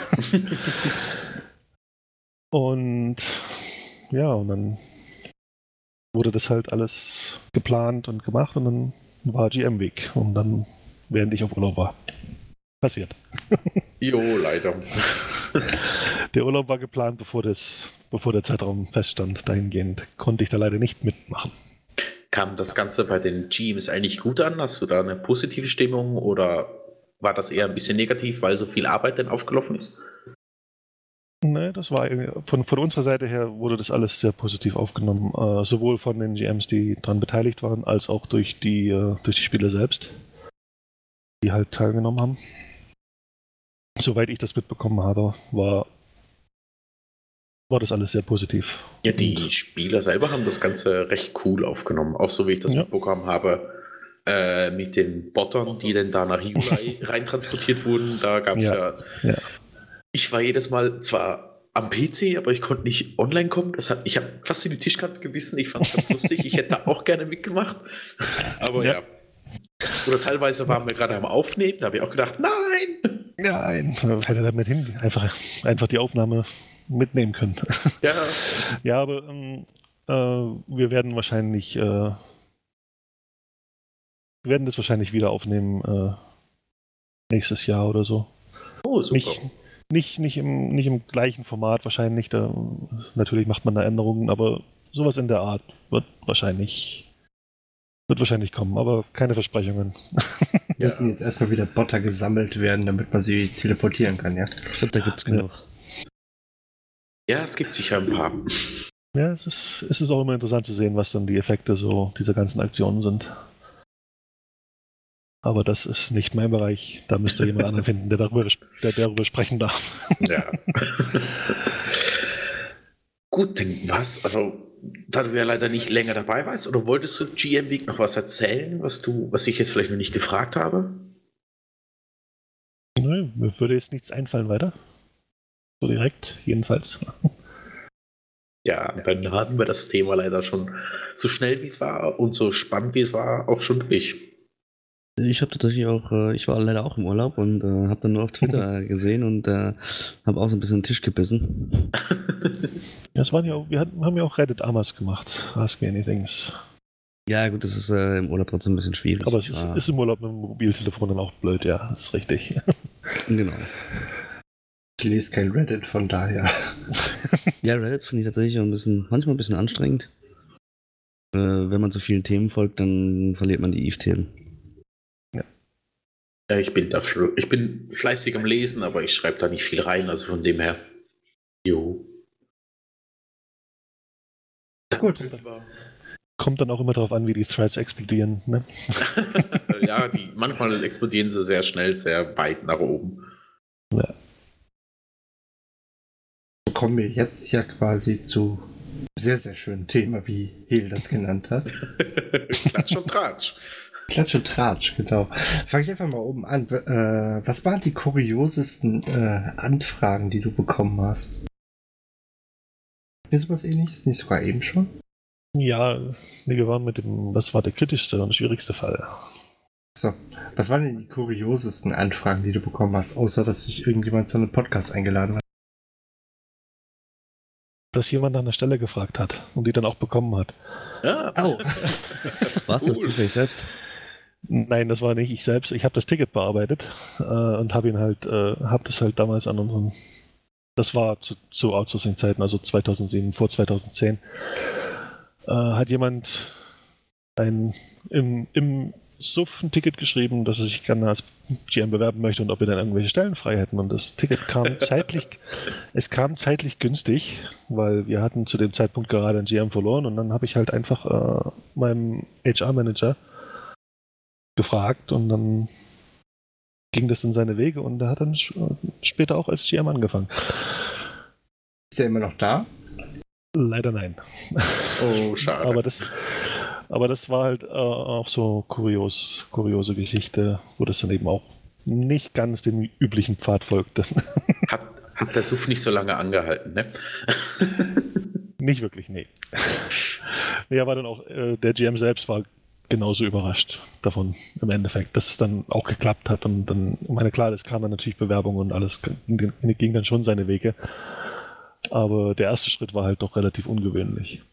Und ja, und dann wurde das halt alles geplant und gemacht und dann war G M weg. Und dann, während ich auf Urlaub war, passiert. Jo, leider. Der Urlaub war geplant, bevor, das, bevor der Zeitraum feststand. Dahingehend konnte ich da leider nicht mitmachen. Kam das Ganze bei den G Ms eigentlich gut an? Hast du da eine positive Stimmung oder war das eher ein bisschen negativ, weil so viel Arbeit dann aufgelaufen ist? Ne, das war von, von unserer Seite her wurde das alles sehr positiv aufgenommen, äh, sowohl von den G Ms, die daran beteiligt waren, als auch durch die, äh, durch die Spieler selbst, die halt teilgenommen haben. Soweit ich das mitbekommen habe, war, war das alles sehr positiv. Ja, die Und Spieler selber haben das Ganze recht cool aufgenommen, auch so wie ich das Ja. mitbekommen habe. Äh, mit den Bottern, die dann da nach Hyundai reintransportiert wurden, da gab es Ja, ja, ja. Ich war jedes Mal zwar am P C, aber ich konnte nicht online kommen. Das hat, ich habe fast in die Tischkante gebissen. Ich fand es ganz lustig. Ich hätte da auch gerne mitgemacht. Aber ja. Ja. Oder teilweise waren wir gerade am Aufnehmen. Da habe ich auch gedacht, nein! Nein, hätte damit hin einfach, einfach die Aufnahme mitnehmen können. Ja, Ja, aber ähm, äh, wir werden wahrscheinlich, äh, wir werden das wahrscheinlich wieder aufnehmen äh, nächstes Jahr oder so. oh, super. Nicht, nicht, nicht, im, nicht im gleichen Format wahrscheinlich. Da, natürlich macht man da Änderungen, aber sowas in der Art wird wahrscheinlich, wird wahrscheinlich kommen, aber keine Versprechungen. Müssen jetzt erstmal wieder Botter gesammelt werden, damit man sie teleportieren kann, ja? Ich glaube, da gibt es genug. Ja, es gibt sicher ein paar. Ja, es ist, es ist auch immer interessant zu sehen, was dann die Effekte so dieser ganzen Aktionen sind. Aber das ist nicht mein Bereich. Da müsst ihr jemand anderen finden, der darüber, der darüber sprechen darf. Ja. Gut, denn was? Also, da du ja leider nicht länger dabei warst, oder wolltest du G M Week noch was erzählen, was du, was ich jetzt vielleicht noch nicht gefragt habe? Nö, mir würde jetzt nichts einfallen weiter. So direkt, jedenfalls. Ja, dann hatten wir das Thema leider schon so schnell wie es war und so spannend wie es war auch schon durch. Ich habe tatsächlich auch, äh, ich war leider auch im Urlaub und äh, habe dann nur auf Twitter gesehen und äh, habe auch so ein bisschen den Tisch gebissen. Ja, es waren ja auch, wir hatten, haben ja auch Reddit Amas gemacht. Ask Me Anythings. Ja, gut, das ist äh, im Urlaub trotzdem ein bisschen schwierig. Aber es ist, Ah, ist im Urlaub mit dem Mobiltelefon dann auch blöd, ja, das ist richtig. genau. Ich lese kein Reddit, von daher. Ja, Reddit finde ich tatsächlich auch ein bisschen, manchmal ein bisschen anstrengend. Äh, wenn man zu vielen Themen folgt, dann verliert man die Eve-Themen. Ja, ich bin dafür, ich bin fleißig am Lesen, aber ich schreibe da nicht viel rein, also von dem her. Jo. Gut. Kommt dann auch immer darauf an, wie die Threads explodieren. Ne? Ja, die, manchmal explodieren sie sehr schnell, sehr weit nach oben. Ja. So kommen wir jetzt ja quasi zu einem sehr, sehr schönen Thema, wie Hel das genannt hat. Klatsch und Tratsch. Klatsch und Tratsch, genau. Fange ich einfach mal oben an. Äh, was waren die kuriosesten äh, Anfragen, die du bekommen hast? Ist sowas ähnliches? Nicht sogar eben schon? Ja, nee, wir waren mit dem, was war der kritischste und schwierigste Fall? So, was waren denn die kuriosesten Anfragen, die du bekommen hast, außer dass sich irgendjemand zu einem Podcast eingeladen hat? Dass jemand nach einer Stelle gefragt hat und die dann auch bekommen hat. Ja. Oh. Warst du das zufällig selbst? Nein, das war nicht ich selbst. Ich habe das Ticket bearbeitet äh, und habe ihn halt, äh, habe das halt damals an unseren, das war zu, zu Outsourcing-Zeiten, also zweitausendsieben, vor zweitausendzehn, äh, hat jemand ein, im, im S U F ein Ticket geschrieben, dass er sich gerne als G M bewerben möchte und ob wir dann irgendwelche Stellen frei hätten. Und das Ticket kam zeitlich, es kam zeitlich günstig, weil wir hatten zu dem Zeitpunkt gerade einen G M verloren und dann habe ich halt einfach äh, meinem H R-Manager gefragt und dann ging das in seine Wege und er hat dann später auch als G M angefangen. Ist er immer noch da? Leider nein. Oh, schade. aber, das, aber das war halt äh, auch so kurios, kuriose Geschichte, wo das dann eben auch nicht ganz dem üblichen Pfad folgte. Hat, hat der Suff nicht so lange angehalten, ne? Nicht wirklich, nee. Ja, war dann auch, äh, der G M selbst war genauso überrascht davon im Endeffekt, dass es dann auch geklappt hat und dann, ich meine, klar, es kam dann natürlich Bewerbung und alles ging dann schon seine Wege, aber der erste Schritt war halt doch relativ ungewöhnlich.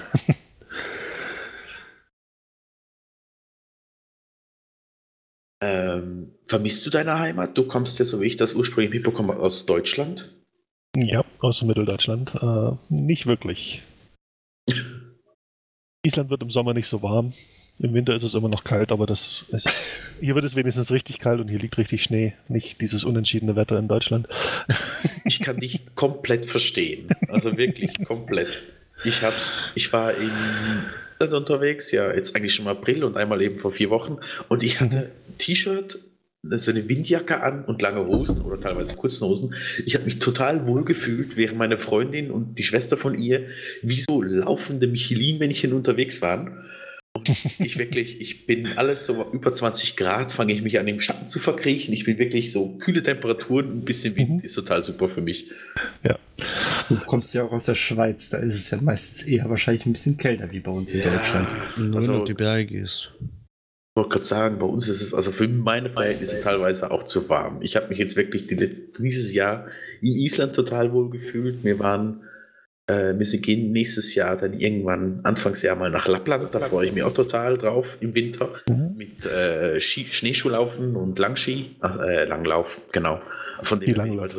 ähm, vermisst du deine Heimat? Du kommst ja, so wie ich das ursprünglich mitbekommen habe, aus Deutschland. Ja, aus Mitteldeutschland. Äh, nicht wirklich. Island wird im Sommer nicht so warm. Im Winter ist es immer noch kalt, aber das ist, hier wird es wenigstens richtig kalt und hier liegt richtig Schnee. Nicht dieses unentschiedene Wetter in Deutschland. Ich kann dich komplett verstehen. Also wirklich komplett. Ich, hab, ich war in unterwegs, ja, jetzt eigentlich schon im April und einmal eben vor vier Wochen. Und ich hatte ein T-Shirt, so eine Windjacke an und lange Hosen oder teilweise kurzen Hosen. Ich habe mich total wohl gefühlt, während meine Freundin und die Schwester von ihr wie so laufende Michelin-Männchen unterwegs waren. Und ich wirklich, ich bin alles so über zwanzig Grad, fange ich mich an im Schatten zu verkriechen. Ich bin wirklich so kühle Temperaturen, ein bisschen Wind, mhm. ist total super für mich. Ja. Du kommst ja auch aus der Schweiz, da ist es ja meistens eher wahrscheinlich ein bisschen kälter wie bei uns in ja, Deutschland. Nur also, wenn du die Berge ist. Ich wollte gerade sagen, bei uns ist es also für meine Verhältnisse teilweise auch zu warm. Ich habe mich jetzt wirklich die letzte, dieses Jahr in Island total wohl gefühlt. Wir waren äh, wir gehen nächstes Jahr dann irgendwann Anfangsjahr mal nach Lappland. Da freue ich mich auch total drauf im Winter mhm. mit äh, Ski, Schneeschuhlaufen und Langski, äh, Langlauf, genau. Von dem die Langlauf.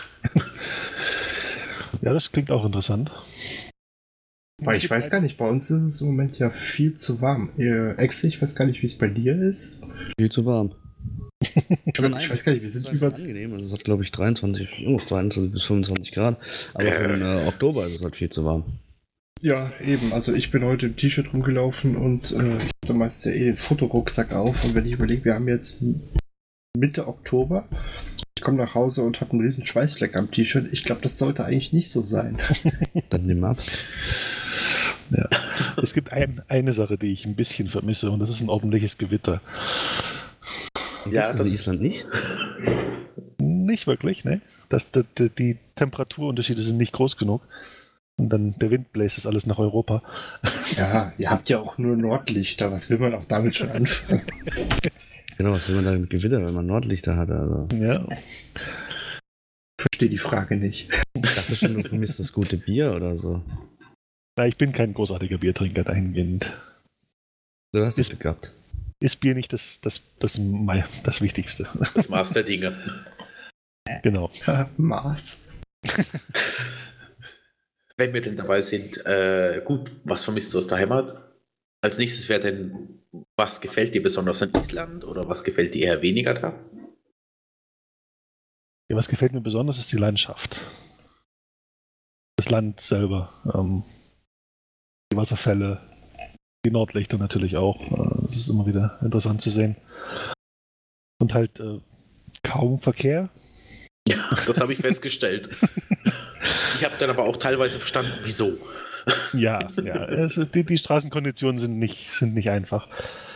Ja, das klingt auch interessant. Weil ich weiß gar nicht, bei uns ist es im Moment ja viel zu warm. Äh, Exe, ich weiß gar nicht, wie es bei dir ist. Viel zu warm. Also nein, ich weiß gar nicht, wir sind über... angenehm. Also es hat, glaube ich, dreiundzwanzig, dreiundzwanzig bis fünfundzwanzig Grad. Aber äh. für den äh, Oktober ist es halt viel zu warm. Ja, eben. Also ich bin heute im T-Shirt rumgelaufen und äh, ich habe da meistens ja eh den Fotorucksack auf. Und wenn ich überlege, wir haben jetzt Mitte Oktober. Ich komme nach Hause und habe einen riesen Schweißfleck am T-Shirt. Ich glaube, das sollte eigentlich nicht so sein. Dann nimm ab. Ja. Es gibt ein, eine Sache, die ich ein bisschen vermisse, und das ist ein ordentliches Gewitter. Und ja, das in Island nicht? Nicht wirklich, ne? Das, das, die, die Temperaturunterschiede sind nicht groß genug. Und dann der Wind bläst das alles nach Europa. Ja, ihr habt ja auch nur Nordlichter. Was will man auch damit schon anfangen? Genau, was will man da mit Gewitter, wenn man Nordlichter hat? Also. Ja. Ich verstehe die Frage nicht. Ich dachte schon, du vermisst das gute Bier oder so. Na, ich bin kein großartiger Biertrinker dahingehend. Du hast es ist, gehabt. Ist Bier nicht das, das, das, das, das Wichtigste? Das Maß der Dinge. Genau. Maß. Wenn wir denn dabei sind, äh, gut, was vermisst du aus der Heimat? Als nächstes wäre denn, was gefällt dir besonders an Island oder was gefällt dir eher weniger da? Ja, was gefällt mir besonders ist die Landschaft. Das Land selber. Ähm, die Wasserfälle, die Nordlichter natürlich auch. Äh, das ist immer wieder interessant zu sehen. Und halt äh, kaum Verkehr. Ja, das habe ich festgestellt. Ich habe dann aber auch teilweise verstanden, wieso. Ja, ja. Es ist, die, die Straßenkonditionen sind nicht, sind nicht einfach.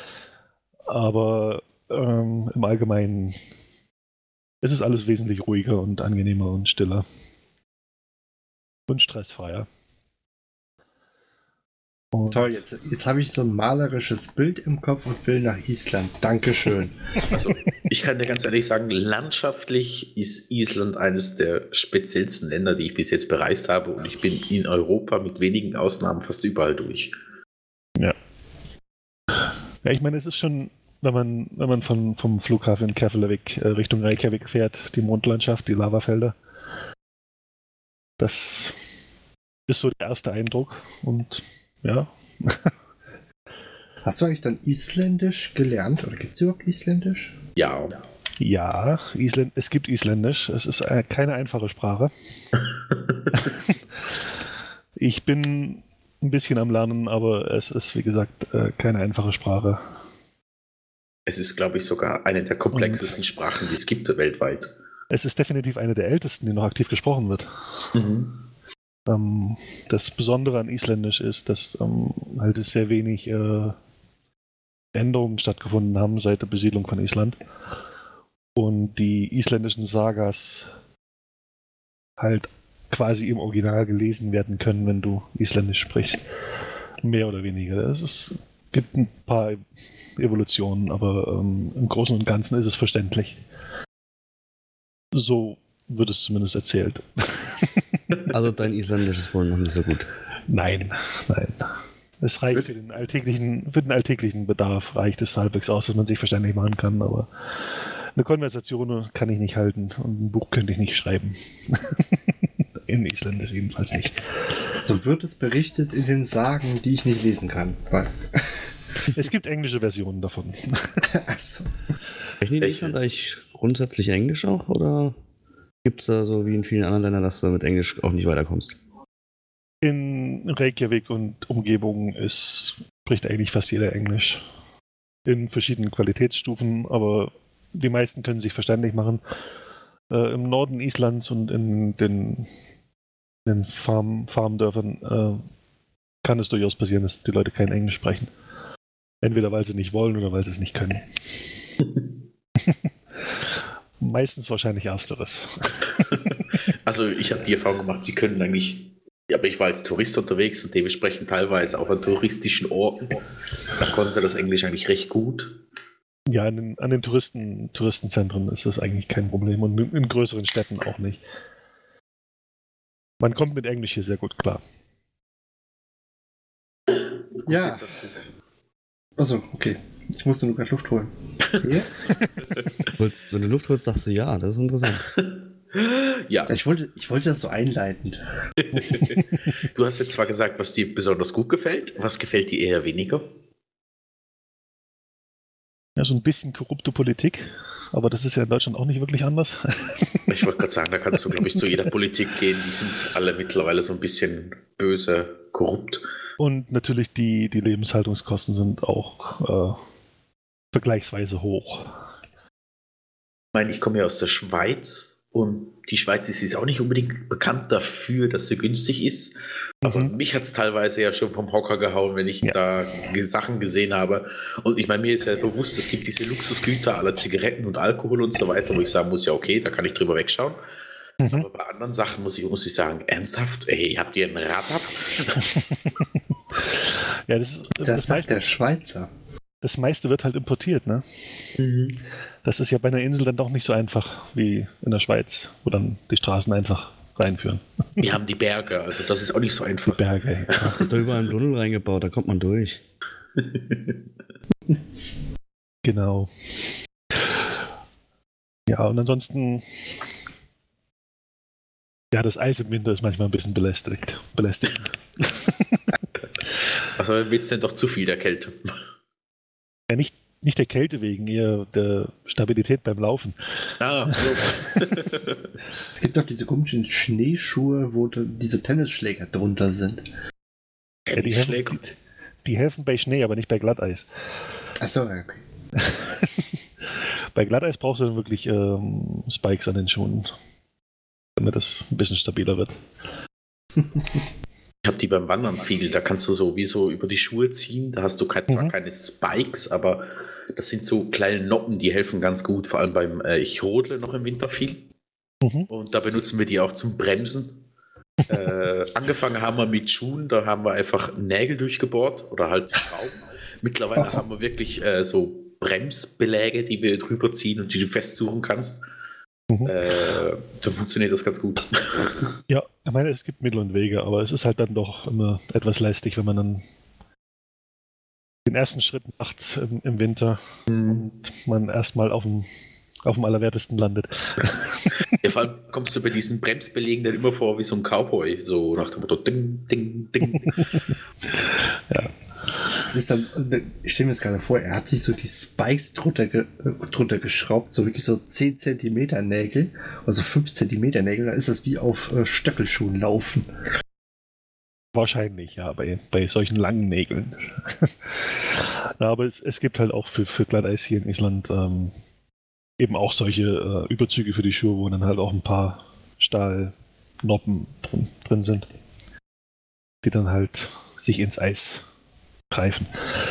Aber ähm, im Allgemeinen ist es alles wesentlich ruhiger und angenehmer und stiller. Und stressfreier. Und toll, jetzt, jetzt habe ich so ein malerisches Bild im Kopf und will nach Island. Dankeschön. Also, ich kann dir ganz ehrlich sagen, landschaftlich ist Island eines der speziellsten Länder, die ich bis jetzt bereist habe. Und ich bin in Europa mit wenigen Ausnahmen fast überall durch. Ja. Ja, ich meine, es ist schon, wenn man, wenn man von, vom Flughafen in Keflavik äh, Richtung Reykjavik fährt, die Mondlandschaft, die Lavafelder. Das ist so der erste Eindruck. Und ja. Hast du eigentlich dann Isländisch gelernt? Oder gibt es überhaupt Isländisch? Ja. Ja, Island, es gibt Isländisch. Es ist äh, keine einfache Sprache. Ich bin ein bisschen am Lernen, aber es ist, wie gesagt, äh, keine einfache Sprache. Es ist, glaube ich, sogar eine der komplexesten Und Sprachen, die es gibt weltweit. Es ist definitiv eine der ältesten, die noch aktiv gesprochen wird. Mhm. Ähm, das Besondere an Isländisch ist, dass ähm, halt sehr wenig äh, Änderungen stattgefunden haben seit der Besiedlung von Island. Und die isländischen Sagas halt quasi im Original gelesen werden können, wenn du Isländisch sprichst. Mehr oder weniger. Es ist, gibt ein paar Evolutionen, aber ähm, im Großen und Ganzen ist es verständlich. So wird es zumindest erzählt. Also dein Isländisch ist wohl noch nicht so gut. Nein, nein. Es reicht für den alltäglichen, für den alltäglichen Bedarf, reicht es halbwegs aus, dass man sich verständlich machen kann, aber eine Konversation kann ich nicht halten und ein Buch könnte ich nicht schreiben. In Isländisch jedenfalls nicht. So wird es berichtet in den Sagen, die ich nicht lesen kann. Weil Es gibt englische Versionen davon. Achso. Sprechen die in Island eigentlich grundsätzlich Englisch auch oder gibt es da so wie in vielen anderen Ländern, dass du mit Englisch auch nicht weiterkommst? In Reykjavik und Umgebung ist, spricht eigentlich fast jeder Englisch. In verschiedenen Qualitätsstufen, aber die meisten können sich verständlich machen. Äh, Im Norden Islands und in den, den Farm, Farmdörfern äh, kann es durchaus passieren, dass die Leute kein Englisch sprechen. Entweder weil sie nicht wollen oder weil sie es nicht können. Meistens wahrscheinlich Ersteres. Also ich habe die Erfahrung gemacht, sie können eigentlich, ja, aber ich war als Tourist unterwegs und dementsprechend teilweise auch an touristischen Orten. Da konnten sie das Englisch eigentlich recht gut. Ja, an den, an den Touristen, Touristenzentren ist das eigentlich kein Problem und in, in größeren Städten auch nicht. Man kommt mit Englisch hier sehr gut klar. Ja. Jetzt hast du- Achso, okay. Ich musste nur gerade Luft holen. Hier? Holst, wenn du Luft holst, sagst du ja, das ist interessant. Ja, Ich wollte, ich wollte das so einleiten. du hast jetzt zwar gesagt, was dir besonders gut gefällt, was gefällt dir eher weniger? Ja, so ein bisschen korrupte Politik, aber das ist ja in Deutschland auch nicht wirklich anders. Ich wollte gerade sagen, da kannst du, glaube ich, zu jeder Politik gehen. Die sind alle mittlerweile so ein bisschen böse, korrupt. Und natürlich die, die Lebenshaltungskosten sind auch äh, vergleichsweise hoch. Ich meine, ich komme ja aus der Schweiz und die Schweiz ist jetzt auch nicht unbedingt bekannt dafür, dass sie günstig ist. Aber Mhm. mich hat es teilweise ja schon vom Hocker gehauen, wenn ich Ja. da ge- Sachen gesehen habe. Und ich meine, mir ist ja bewusst, es gibt diese Luxusgüter aller Zigaretten und Alkohol und so weiter, wo ich sagen muss, ja okay, da kann ich drüber wegschauen. Mhm. Aber bei anderen Sachen muss ich, muss ich sagen, ernsthaft, ey, habt ihr ein Rad ab? Ja, das, Das, das, sagt meiste, der Schweizer. das meiste wird halt importiert, ne? Das ist ja bei einer Insel dann doch nicht so einfach wie in der Schweiz, wo dann die Straßen einfach reinführen. Wir haben die Berge, also das ist auch nicht so einfach. Berge. Ja. Da überall einen Tunnel reingebaut, da kommt man durch. Genau. Ja, und ansonsten, ja, das Eis im Winter ist manchmal ein bisschen belästigt. belästigend. Also wird es denn doch zu viel der Kälte? Ja, nicht, nicht der Kälte wegen, eher der Stabilität beim Laufen. Ah, so. Es gibt auch diese komischen Schneeschuhe, wo da diese Tennisschläger drunter sind. Ja, die, helfen, Schläger. die, die helfen bei Schnee, aber nicht bei Glatteis. Achso, okay. Bei Glatteis brauchst du dann wirklich ähm, Spikes an den Schuhen, damit es ein bisschen stabiler wird. Ich habe die beim Wandern viel, da kannst du so wie so über die Schuhe ziehen, da hast du kein, zwar Mhm. keine Spikes, aber das sind so kleine Noppen, die helfen ganz gut, vor allem beim, äh, ich rodle noch im Winter viel Mhm. und da benutzen wir die auch zum Bremsen. äh, angefangen haben wir mit Schuhen, da haben wir einfach Nägel durchgebohrt oder halt Schrauben. Mittlerweile Oh. haben wir wirklich äh, so Bremsbeläge, die wir drüber ziehen und die du festsuchen kannst. Mhm. Äh, da funktioniert das ganz gut. Ja, ich meine, es gibt Mittel und Wege, aber es ist halt dann doch immer etwas lästig, wenn man dann den ersten Schritt macht im, im Winter und man erstmal auf dem, auf dem Allerwertesten landet. Ja, vor allem kommst du bei diesen Bremsbelägen dann immer vor wie so ein Cowboy, so nach dem Motto Ding, Ding, Ding. Es ist dann, ich stelle mir das gerade vor, er hat sich so die Spikes drunter, ge, drunter geschraubt, so wirklich so zehn Zentimeter Nägel, also fünf Zentimeter Nägel, dann ist das wie auf äh, Stöckelschuhen laufen. Wahrscheinlich, ja, bei, bei solchen langen Nägeln. Na, aber es, es gibt halt auch für, für Glatteis hier in Island ähm, eben auch solche äh, Überzüge für die Schuhe, wo dann halt auch ein paar Stahlnoppen drin, drin sind, die dann halt sich ins Eis greifen.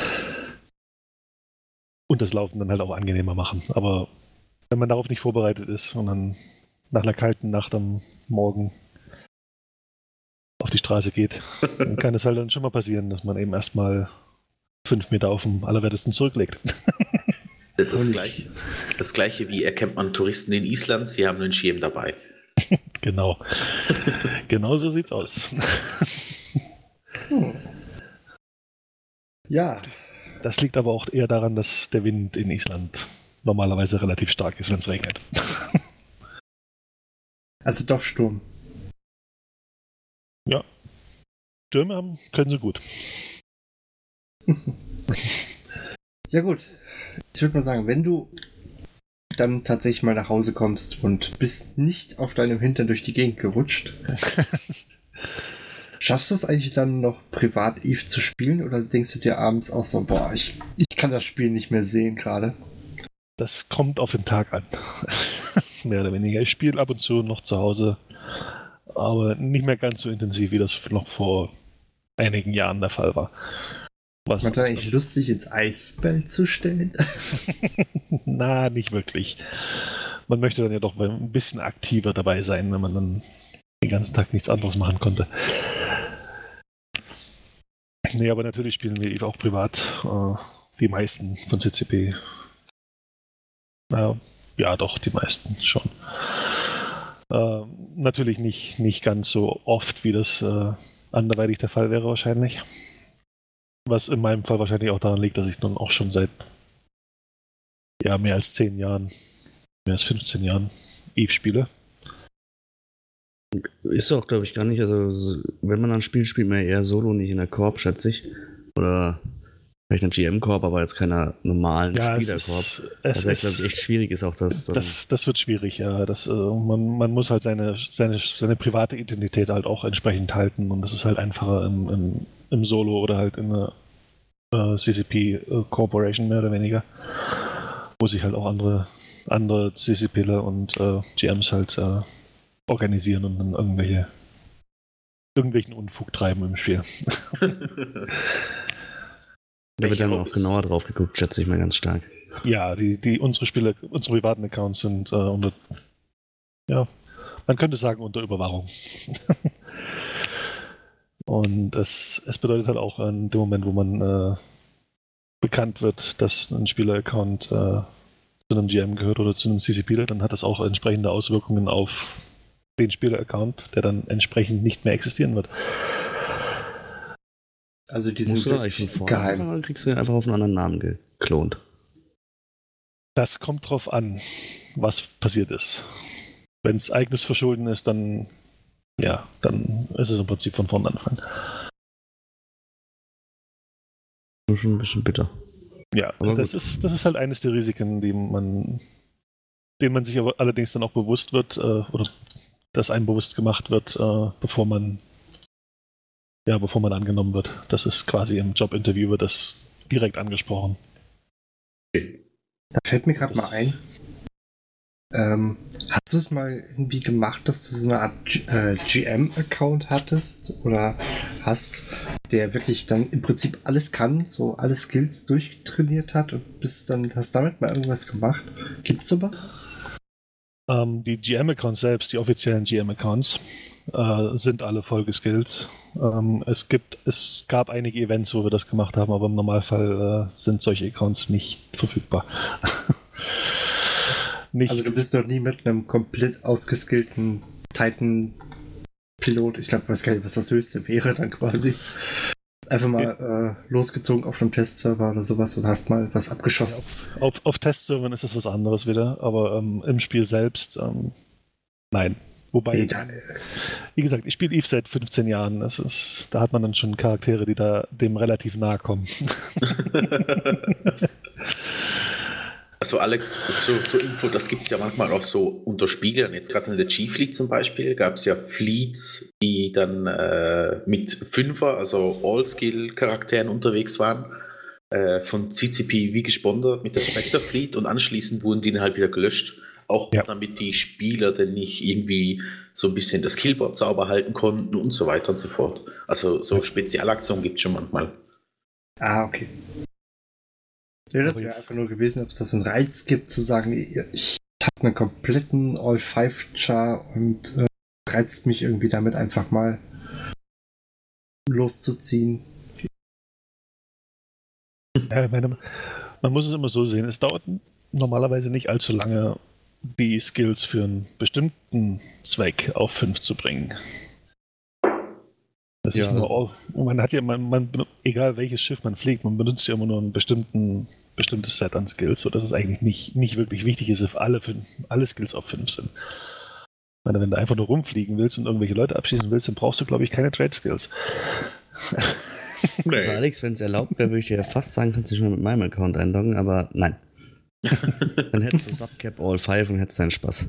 Und das Laufen dann halt auch angenehmer machen. Aber wenn man darauf nicht vorbereitet ist und dann nach einer kalten Nacht am Morgen auf die Straße geht, dann kann es halt dann schon mal passieren, dass man eben erstmal fünf Meter auf dem Allerwertesten zurücklegt. Das gleiche, das gleiche wie erkennt man Touristen in Island, sie haben einen Schirm dabei. Genau. Genau so sieht's aus. Hm. Ja, Das liegt aber auch eher daran, dass der Wind in Island normalerweise relativ stark ist, wenn es regnet. also doch Sturm. Ja. Stürme haben, können sie gut. Ja gut, ich würde mal sagen, wenn du dann tatsächlich mal nach Hause kommst und bist nicht auf deinem Hintern durch die Gegend gerutscht, schaffst du es eigentlich dann noch privat Eve zu spielen oder denkst du dir abends auch so, boah, ich, ich kann das Spiel nicht mehr sehen gerade? Das kommt auf den Tag an. Mehr oder weniger. Ich spiele ab und zu noch zu Hause, aber nicht mehr ganz so intensiv, wie das noch vor einigen Jahren der Fall war. Was Man hat eigentlich lustig ins Eisbell zu stellen? Na, nicht wirklich. Man möchte dann ja doch ein bisschen aktiver dabei sein, wenn man dann den ganzen Tag nichts anderes machen konnte. Nee, aber natürlich spielen wir auch privat. Äh, die meisten von C C P. Äh, ja, doch, die meisten schon. Äh, natürlich nicht, nicht ganz so oft, wie das äh, anderweitig der Fall wäre wahrscheinlich. Was in meinem Fall wahrscheinlich auch daran liegt, dass ich nun auch schon seit ja, mehr als zehn Jahren, mehr als fünfzehn Jahren Eve spiele. Ist doch, glaube ich, gar nicht. Also, wenn man ein Spiel spielt, man eher solo, nicht in der Korb, schätze ich. Oder vielleicht ein G M-Korb, aber jetzt keiner normalen ja, Spielerkorb. Es ist, das es glaube ich, echt schwierig ist auch das. Das, das wird schwierig, ja. Das, äh, man, man muss halt seine, seine, seine private Identität halt auch entsprechend halten und das ist halt einfacher im, im, im Solo oder halt in einer äh, C C P-Corporation mehr oder weniger, wo sich halt auch andere, andere C C Pler und äh, G Ms halt äh, organisieren und dann irgendwelche irgendwelchen Unfug treiben im Spiel. Da wird dann auch genauer drauf geguckt, schätze ich mal ganz stark. Ja, die, die, unsere Spiele, unsere privaten Accounts sind äh, unter, ja, man könnte sagen, unter Überwachung. Und es, es bedeutet halt auch in dem Moment, wo man äh, bekannt wird, dass ein Spieler-Account äh, zu einem G M gehört oder zu einem C C P, dann hat das auch entsprechende Auswirkungen auf den Spieler-Account, der dann entsprechend nicht mehr existieren wird. Also die Musst sind du da eigentlich von geheim. vorne oder kriegst du einfach auf einen anderen Namen geklont? Das kommt drauf an, was passiert ist. Wenn es eigenes Verschulden ist, dann ja, dann ist es im Prinzip von vorn anfangen. Das ist schon ein bisschen bitter. Ja, Aber das gut. ist, das ist halt eines der Risiken, die man, denen man sich aber allerdings dann auch bewusst wird, äh, oder dass einem bewusst gemacht wird, äh, bevor man ja, bevor man angenommen wird. Das ist quasi im Jobinterview wird das direkt angesprochen. Da fällt mir gerade Das- mal ein. Ähm, hast du es mal irgendwie gemacht, dass du so eine Art G- äh, G M-Account hattest oder hast, der wirklich dann im Prinzip alles kann, so alle Skills durchtrainiert hat und bist dann, hast damit mal irgendwas gemacht? Gibt's sowas? Ähm, die G M-Accounts selbst, die offiziellen G M-Accounts, äh, sind alle voll geskillt. Ähm, es gibt, es gab einige Events, wo wir das gemacht haben, aber im Normalfall äh, sind solche Accounts nicht verfügbar. nicht, Also du bist noch nie mit einem komplett ausgeskillten Titan-Pilot, ich glaube, ich weiß gar nicht, was das höchste wäre dann quasi, einfach mal äh, losgezogen auf einem Testserver oder sowas und hast mal was abgeschossen. auf, auf, auf Testservern ist das was anderes wieder, aber ähm, im Spiel selbst, ähm, nein. Wobei, Nee, da- wie gesagt, ich spiele Eve seit fünfzehn Jahren. Das ist, da hat man dann schon Charaktere, die da dem relativ nahe kommen. Also Alex, so, zur Info, das gibt es ja manchmal auch so unter Spielern. Jetzt gerade in der G-Fleet zum Beispiel gab es ja Fleets, die dann äh, mit Fünfer, also All-Skill-Charakteren unterwegs waren, äh, von C C P wie gesponsert mit der Spectre Fleet und anschließend wurden die dann halt wieder gelöscht. Auch Ja. damit die Spieler dann nicht irgendwie so ein bisschen das Killboard sauber halten konnten und so weiter und so fort. Also so Spezialaktionen gibt es schon manchmal. Ah, okay. Ja, das Aber wäre jetzt- einfach nur gewesen, ob es da so einen Reiz gibt, zu sagen, ich habe einen kompletten All-Five-Char und äh, reizt mich irgendwie damit einfach mal loszuziehen. Ja, ich meine, man muss es immer so sehen. Es dauert normalerweise nicht allzu lange, die Skills für einen bestimmten Zweck auf fünf zu bringen. Das Ja. ist nur, all- man hat ja, man, man, egal welches Schiff man fliegt, man benutzt ja immer nur ein bestimmten, bestimmtes Set an Skills, sodass es eigentlich nicht, nicht wirklich wichtig ist, if alle, fünf, alle Skills auf fünf sind. Ich meine, wenn du einfach nur rumfliegen willst und irgendwelche Leute abschießen willst, dann brauchst du, glaube ich, keine Trade-Skills. Nee. Also Alex, wenn es erlaubt wäre, würde ich dir ja fast sagen, kannst du dich mal mit meinem Account einloggen, aber nein. Dann hättest du Subcap All Five und hättest deinen Spaß.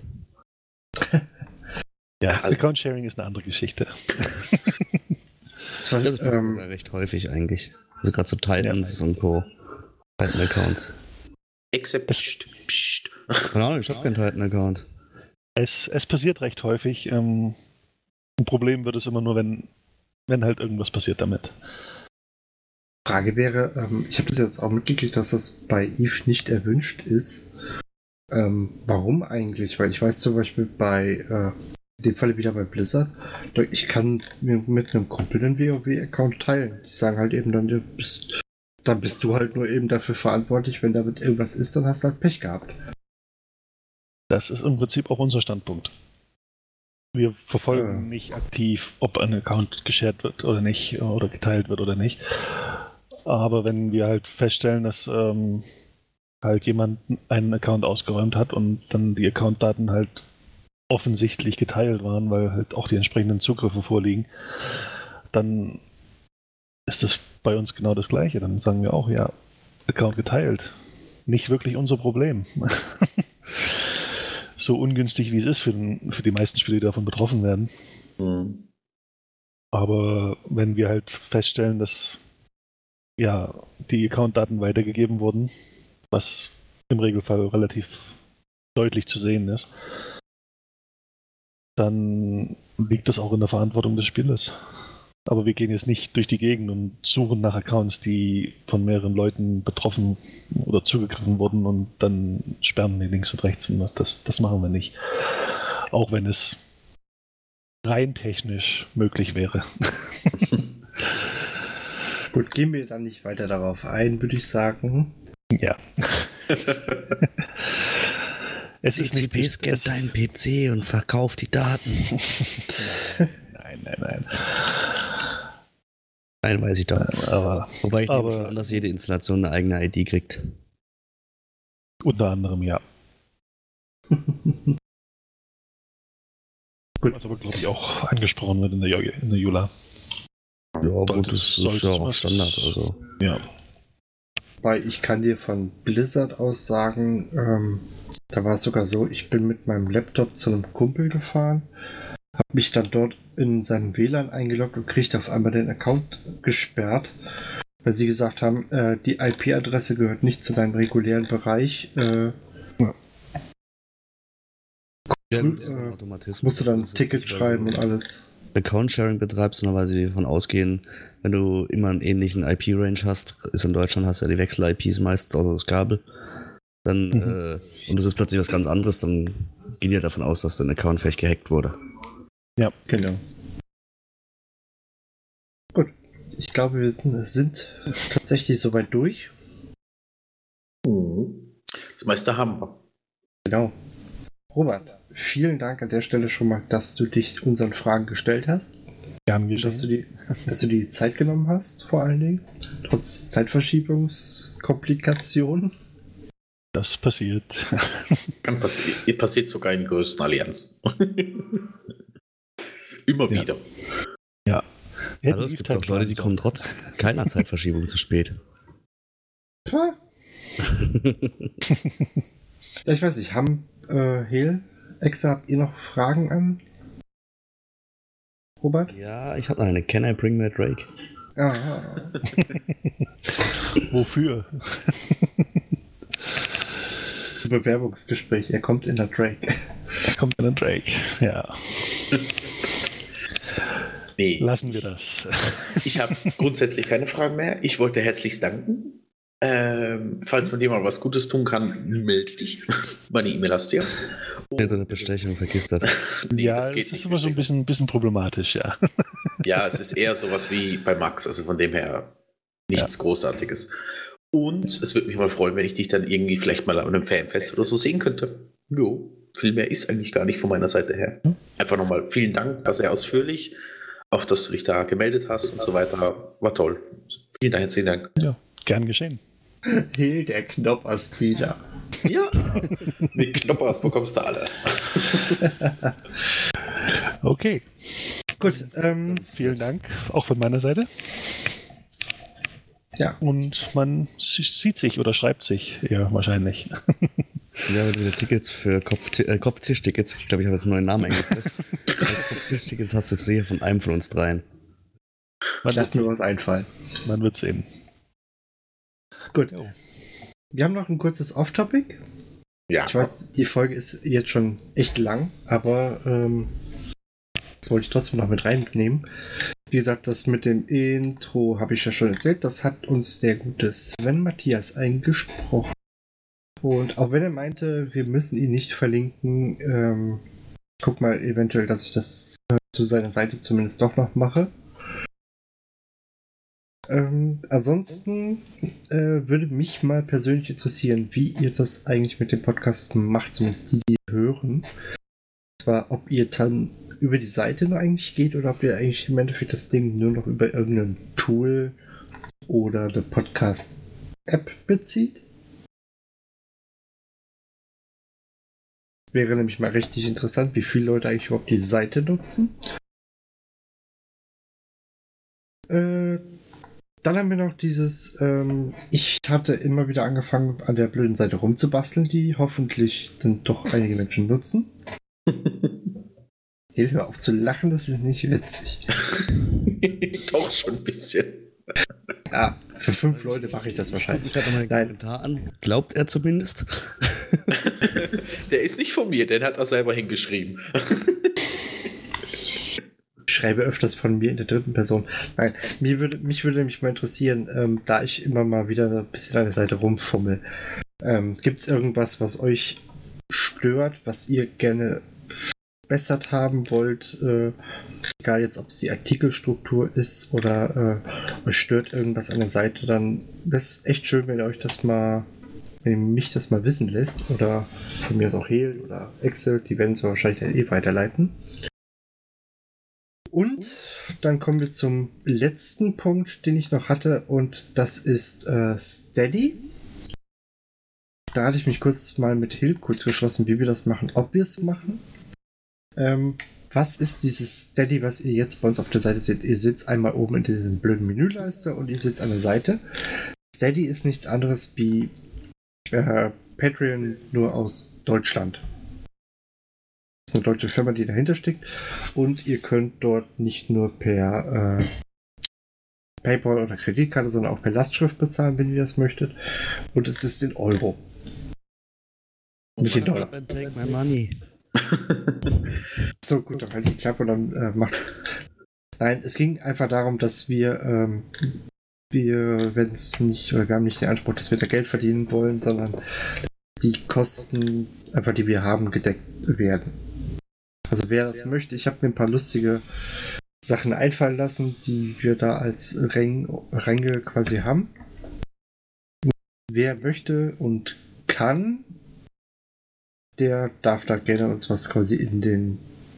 Ja, Also- Account-Sharing ist eine andere Geschichte. Das war, Das passiert ähm, sogar recht häufig eigentlich. Also gerade so Titans und Co. Titan-Accounts. Except, pst, pst. Keine Ahnung, ich habe keinen Titan-Account. Es, es passiert recht häufig. Ähm, ein Problem wird es immer nur, wenn, wenn halt irgendwas passiert damit. Frage wäre, ähm, ich habe das jetzt auch mitgekriegt, dass das bei Eve nicht erwünscht ist. Ähm, warum eigentlich? Weil ich weiß zum Beispiel bei, äh, in dem Falle wieder bei Blizzard, da- ich kann mir mit einem Kumpel den WoW-Account teilen. Die sagen halt eben dann, du bist, dann bist du halt nur eben dafür verantwortlich, wenn damit irgendwas ist, dann hast du halt Pech gehabt. Das ist im Prinzip auch unser Standpunkt. Wir verfolgen Ja. nicht aktiv, ob ein Account geshared wird oder nicht, oder geteilt wird oder nicht. Aber wenn wir halt feststellen, dass ähm, halt jemand einen Account ausgeräumt hat und dann die Accountdaten halt offensichtlich geteilt waren, weil halt auch die entsprechenden Zugriffe vorliegen, dann ist das bei uns genau das Gleiche. Dann sagen wir auch, ja, Account geteilt. Nicht wirklich unser Problem. So ungünstig wie es ist für, den, für die meisten Spieler, die davon betroffen werden. Hm. Aber wenn wir halt feststellen, dass ja, die Account-Daten weitergegeben wurden, was im Regelfall relativ deutlich zu sehen ist, dann liegt das auch in der Verantwortung des Spielers. Aber wir gehen jetzt nicht durch die Gegend und suchen nach Accounts, die von mehreren Leuten betroffen oder zugegriffen wurden und dann sperren die links und rechts. Und das, das machen wir nicht. Auch wenn es rein technisch möglich wäre. Gut, gehen wir dann nicht weiter darauf ein, würde ich sagen. Ja. Es ist nicht C C P scannt es- deinen P C und verkauft die Daten. Nein, nein, nein. Nein, weiß ich doch. Aber Wobei ich nehme aber- schon an, dass jede Installation eine eigene I D kriegt. unter anderem ja. Gut. Was aber, glaube ich, auch angesprochen wird in der, Jo- in der Jula. Ja, gut, das ist sollte ja auch was- Standard. Also. Ja. Weil ich kann dir von Blizzard aus sagen, ähm, da war es sogar so, ich bin mit meinem Laptop zu einem Kumpel gefahren, habe mich dann dort in seinen W L A N eingeloggt und kriegte auf einmal den Account gesperrt, weil sie gesagt haben, äh, die I P-Adresse gehört nicht zu deinem regulären Bereich. Äh, Ja, Cool, das ist ein äh, Automatismus. musst du dann ein Das ist Ticket nicht, weil schreiben du und alles. Account-Sharing betreibst, sondern weil sie davon ausgehen, wenn du immer einen ähnlichen I P-Range hast, ist in Deutschland hast du ja die Wechsel-I Ps meistens, außer das Kabel, dann, Mhm. äh, und das ist plötzlich was ganz anderes, dann gehen die davon aus, dass dein Account vielleicht gehackt wurde. Genau. Gut. Ich glaube, wir sind tatsächlich soweit durch. Das meiste haben wir. Genau. Robert, vielen Dank an der Stelle schon mal, dass du dich unseren Fragen gestellt hast. Gern Dass du, geschehen. die, dass du die Zeit genommen hast, vor allen Dingen. Trotz Zeitverschiebungskomplikationen. Das passiert. Kann passi passiert sogar in größten Allianzen. Immer Ja. wieder. Wir hätten Hallo, es Eve gibt auch Time Leute, die planen kommen trotz keiner Zeitverschiebung zu spät. Ja, ich weiß nicht, haben äh, Hel, Exa, habt ihr noch Fragen an Robert? Ja, ich habe eine. Can I bring my Drake? Ah, sollen. Wofür? Bewerbungsgespräch, er kommt in der Drake. Da kommt dann ein Drake. Ja. Nee. Lassen wir das. Ich habe grundsätzlich keine Fragen mehr. Ich wollte herzlichst danken. Ähm, falls man dir mal was Gutes tun kann, melde dich. Meine E-Mail hast du ja. Hinter der Bestechung, vergiss das. Nee, ja, das das, geht ist nicht. immer so ein bisschen, bisschen problematisch, ja. Ja, es ist eher sowas wie bei Max, also von dem her nichts Großartiges. Und es würde mich mal freuen, wenn ich dich dann irgendwie vielleicht mal an einem Fanfest oder so sehen könnte. Jo, viel mehr ist eigentlich gar nicht von meiner Seite her. Einfach nochmal vielen Dank, war sehr ausführlich. Auch, dass du dich da gemeldet hast und so weiter. War toll. Vielen Dank, herzlichen Dank. Ja, gern geschehen. Hel, der Knoppers-Dealer. Ja, mit Knoppers bekommst du alle. Okay, Gut, ähm, vielen Dank auch von meiner Seite. Ja. Und man sieht sich oder schreibt sich eher wahrscheinlich. Ja, wenn du wieder Tickets für Kopf, äh, Kopftischtickets, ich glaube, ich habe jetzt einen neuen Namen eingeführt. Kopftischtickets hast du jetzt hier von einem von uns dreien. Man Lass mir was einfallen. Man wird sehen. Gut. Jo. Wir haben noch ein kurzes Off-Topic. Ja. Ich weiß, die Folge ist jetzt schon echt lang, aber ähm, das wollte ich trotzdem noch mit reinnehmen. Wie gesagt, das mit dem Intro habe ich ja schon erzählt. Das hat uns der gute Sven Matthias eingesprochen. Und auch wenn er meinte, wir müssen ihn nicht verlinken, ähm, guck mal eventuell, dass ich das äh, zu seiner Seite zumindest doch noch mache. Ähm, ansonsten äh, würde mich mal persönlich interessieren, wie ihr das eigentlich mit dem Podcast macht, zumindest die, die hören. Und zwar, ob ihr dann über die Seite nur eigentlich geht oder ob ihr eigentlich im Endeffekt das Ding nur noch über irgendein Tool oder eine Podcast-App bezieht. Wäre nämlich mal richtig interessant, wie viele Leute eigentlich überhaupt die Seite nutzen. Äh, dann haben wir noch dieses, ähm, ich hatte immer wieder angefangen, an der blöden Seite rumzubasteln, die hoffentlich dann doch einige Menschen nutzen. Hey, hör auf zu lachen, das ist nicht witzig. Doch schon ein bisschen. Ja, für fünf Leute mache ich das wahrscheinlich. Ich gucke gerade mal einen Kommentar an. Glaubt er zumindest? Der ist nicht von mir, den hat er selber hingeschrieben. Ich schreibe öfters von mir in der dritten Person. Nein, mir würde, mich würde mich mal interessieren, ähm, da ich immer mal wieder ein bisschen an der Seite rumfummel. Ähm, Gibt es irgendwas, was euch stört, was ihr gerne verbessert haben wollt? Äh, egal jetzt, ob es die Artikelstruktur ist oder äh, euch stört irgendwas an der Seite, dann wäre es echt schön, wenn ihr euch das mal, wenn ihr mich das mal wissen lässt. Oder von mir ist auch Hehl oder Excel, die werden es wahrscheinlich dann eh weiterleiten. Und dann kommen wir zum letzten Punkt, den ich noch hatte, und das ist äh, Steady. Da hatte ich mich kurz mal mit Hill kurz geschlossen, wie wir das machen, ob wir es machen. Ähm, was ist dieses Steady, was ihr jetzt bei uns auf der Seite seht? Ihr sitzt einmal oben in diesem blöden Menüleiste und ihr sitzt an der Seite. Steady ist nichts anderes wie äh, Patreon nur aus Deutschland. Das ist eine deutsche Firma, die dahinter steckt, und ihr könnt dort nicht nur per äh, PayPal oder Kreditkarte, sondern auch per Lastschrift bezahlen, wenn ihr das möchtet. Und es ist in Euro. Nicht in Dollar. Take my money. So, gut, dann halt die Klappe und dann äh, macht. Nein, es ging einfach darum, dass wir, ähm, wir, wenn es nicht, oder wir haben nicht den Anspruch, dass wir da Geld verdienen wollen, sondern die Kosten, einfach die wir haben, gedeckt werden. Also wer das ja. möchte, ich habe mir ein paar lustige Sachen einfallen lassen, die wir da als Rang, Ränge quasi haben. Wer möchte und kann, der darf da gerne uns was quasi in den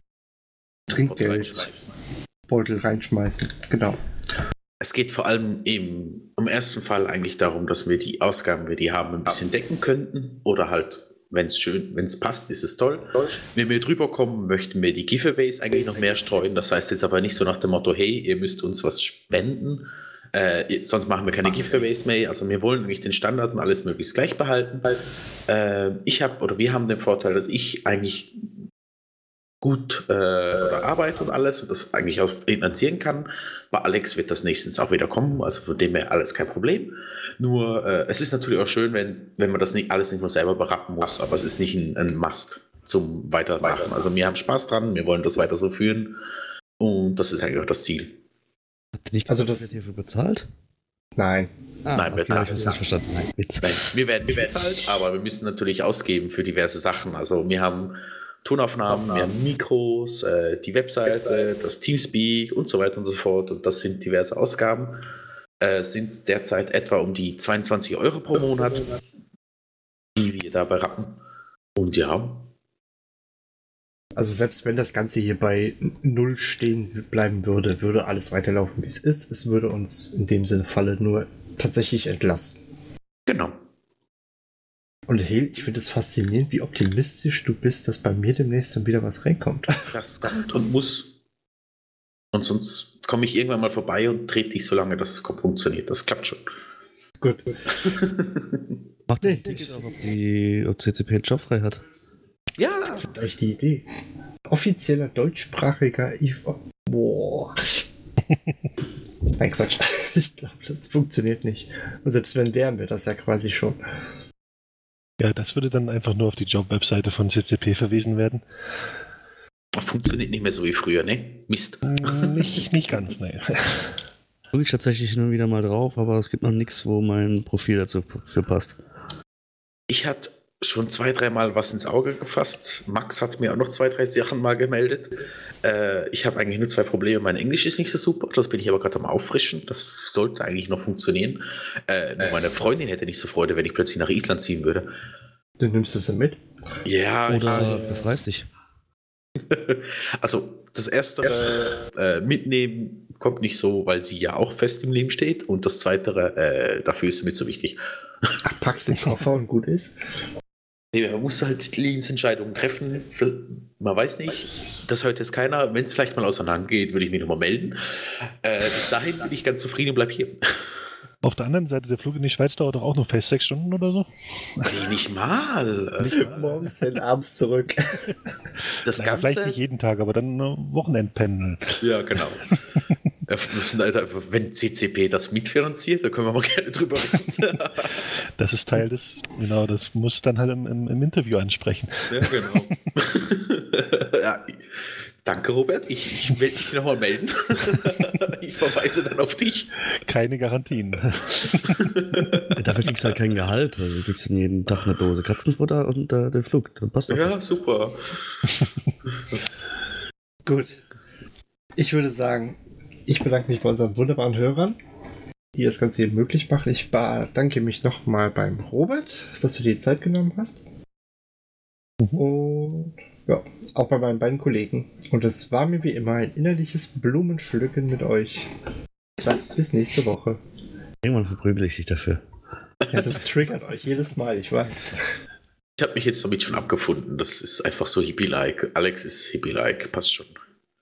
Trinkgeldbeutel reinschmeißen. Genau. Es geht vor allem eben im ersten Fall eigentlich darum, dass wir die Ausgaben, die wir haben, ein bisschen decken könnten. Oder halt, wenn es schön, wenn es passt, ist es toll. Wenn wir drüber kommen, möchten wir die Giveaways eigentlich noch mehr streuen. Das heißt jetzt aber nicht so nach dem Motto, hey, ihr müsst uns was spenden. Äh, sonst machen wir keine Giveaways mehr. Also wir wollen nämlich den Standard und alles möglichst gleich behalten. Äh, ich habe, oder wir haben den Vorteil, dass ich eigentlich gut äh, arbeite und alles und das eigentlich auch finanzieren kann. Bei Alex wird das nächstens auch wieder kommen, also von dem her alles kein Problem. Nur äh, es ist natürlich auch schön, wenn, wenn man das nicht alles nicht nur selber beraten muss, aber es ist nicht ein, ein Must zum Weitermachen. Also wir haben Spaß dran, wir wollen das weiter so führen und das ist eigentlich auch das Ziel. Habt ihr nicht also das hierfür bezahlt? Nein. Ah, Nein, okay, bezahlt. ich hab's nicht verstanden. Nein, Witz. Nein, wir werden nicht bezahlt, aber wir müssen natürlich ausgeben für diverse Sachen. Also wir haben Tonaufnahmen, wir haben Mikros, äh, die Webseite, das Teamspeak und so weiter und so fort. Und das sind diverse Ausgaben. Äh, sind derzeit etwa um die zweiundzwanzig Euro pro Monat, die wir da beraten. Und ja. Also selbst wenn das Ganze hier bei null stehen bleiben würde, würde alles weiterlaufen, wie es ist. Es würde uns in dem Sinne Falle nur tatsächlich entlasten. Genau. Und Hel, ich finde es faszinierend, wie optimistisch du bist, dass bei mir demnächst dann wieder was reinkommt. Das kommt und muss. Und sonst komme ich irgendwann mal vorbei und trete dich so lange, dass es funktioniert. Das klappt schon. Gut. Macht nee, Ticket auch, ob, die, ob C C P einen Job frei hat. Ja. Das ist echt die Idee. Offizieller deutschsprachiger I V A. Boah. Nein, Quatsch. Ich glaube, das funktioniert nicht. Und selbst wenn, wären wir das ja quasi schon. Ja, das würde dann einfach nur auf die Job-Webseite von C C P verwiesen werden. Funktioniert nicht mehr so wie früher, ne? Mist. Nicht, nicht ganz, ne. Gucke ich tatsächlich nur wieder mal drauf, aber es gibt noch nichts, wo mein Profil dazu für passt. Ich hatte schon zwei, dreimal was ins Auge gefasst. Max hat mir auch noch zwei, drei Sachen mal gemeldet. Äh, ich habe eigentlich nur zwei Probleme. Mein Englisch ist nicht so super, das bin ich aber gerade am Auffrischen. Das sollte eigentlich noch funktionieren. Äh, nur meine Freundin hätte nicht so Freude, wenn ich plötzlich nach Island ziehen würde. Dann nimmst du sie mit? Ja. Oder befreist dich. Also das erste äh, mitnehmen kommt nicht so, weil sie ja auch fest im Leben steht. Und das zweite, äh, dafür ist sie mir zu wichtig. Ach, packst den Koffer und gut ist? Nee, man muss halt Lebensentscheidungen treffen. Man weiß nicht, das hört jetzt keiner. Wenn es vielleicht mal auseinander geht, würde ich mich nochmal melden. Äh, bis dahin bin ich ganz zufrieden und bleib hier. Auf der anderen Seite, der Flug in die Schweiz dauert doch auch nur fest sechs Stunden oder so? Nee, nicht mal. Nicht mal. Morgens hin, abends zurück. Das naja, Ganze, vielleicht nicht jeden Tag, aber dann äh, Wochenendpendeln. Ja, genau. Wir müssen halt einfach, wenn C C P das mitfinanziert, da können wir mal gerne drüber reden. Das ist Teil des, genau, das muss dann halt im, im, im Interview ansprechen. Ja, genau. Ja, danke, Robert. Ich, ich werde dich nochmal melden. Ich verweise dann auf dich. Keine Garantien. Dafür kriegst du halt kein Gehalt. Also du kriegst dann jeden Tag eine Dose Katzenfutter und äh, den Flug. Dann passt das. Ja, super. Gut. Ich würde sagen, ich bedanke mich bei unseren wunderbaren Hörern, die das Ganze hier möglich machen. Ich bedanke mich nochmal beim Robert, dass du dir die Zeit genommen hast. Und ja, auch bei meinen beiden Kollegen. Und es war mir wie immer ein innerliches Blumenpflücken mit euch. Ich sag bis nächste Woche. Irgendwann verprügel ich dich dafür. Ja, das triggert euch jedes Mal, ich weiß. Ich habe mich jetzt damit schon abgefunden. Das ist einfach so hippie-like. Alex ist hippie-like, passt schon.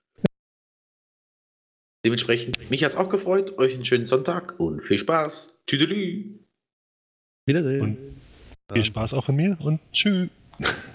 Dementsprechend, mich hat es auch gefreut. Euch einen schönen Sonntag und viel Spaß. Tüdelü. Wiedersehen. Und viel Spaß auch von mir und tschüss.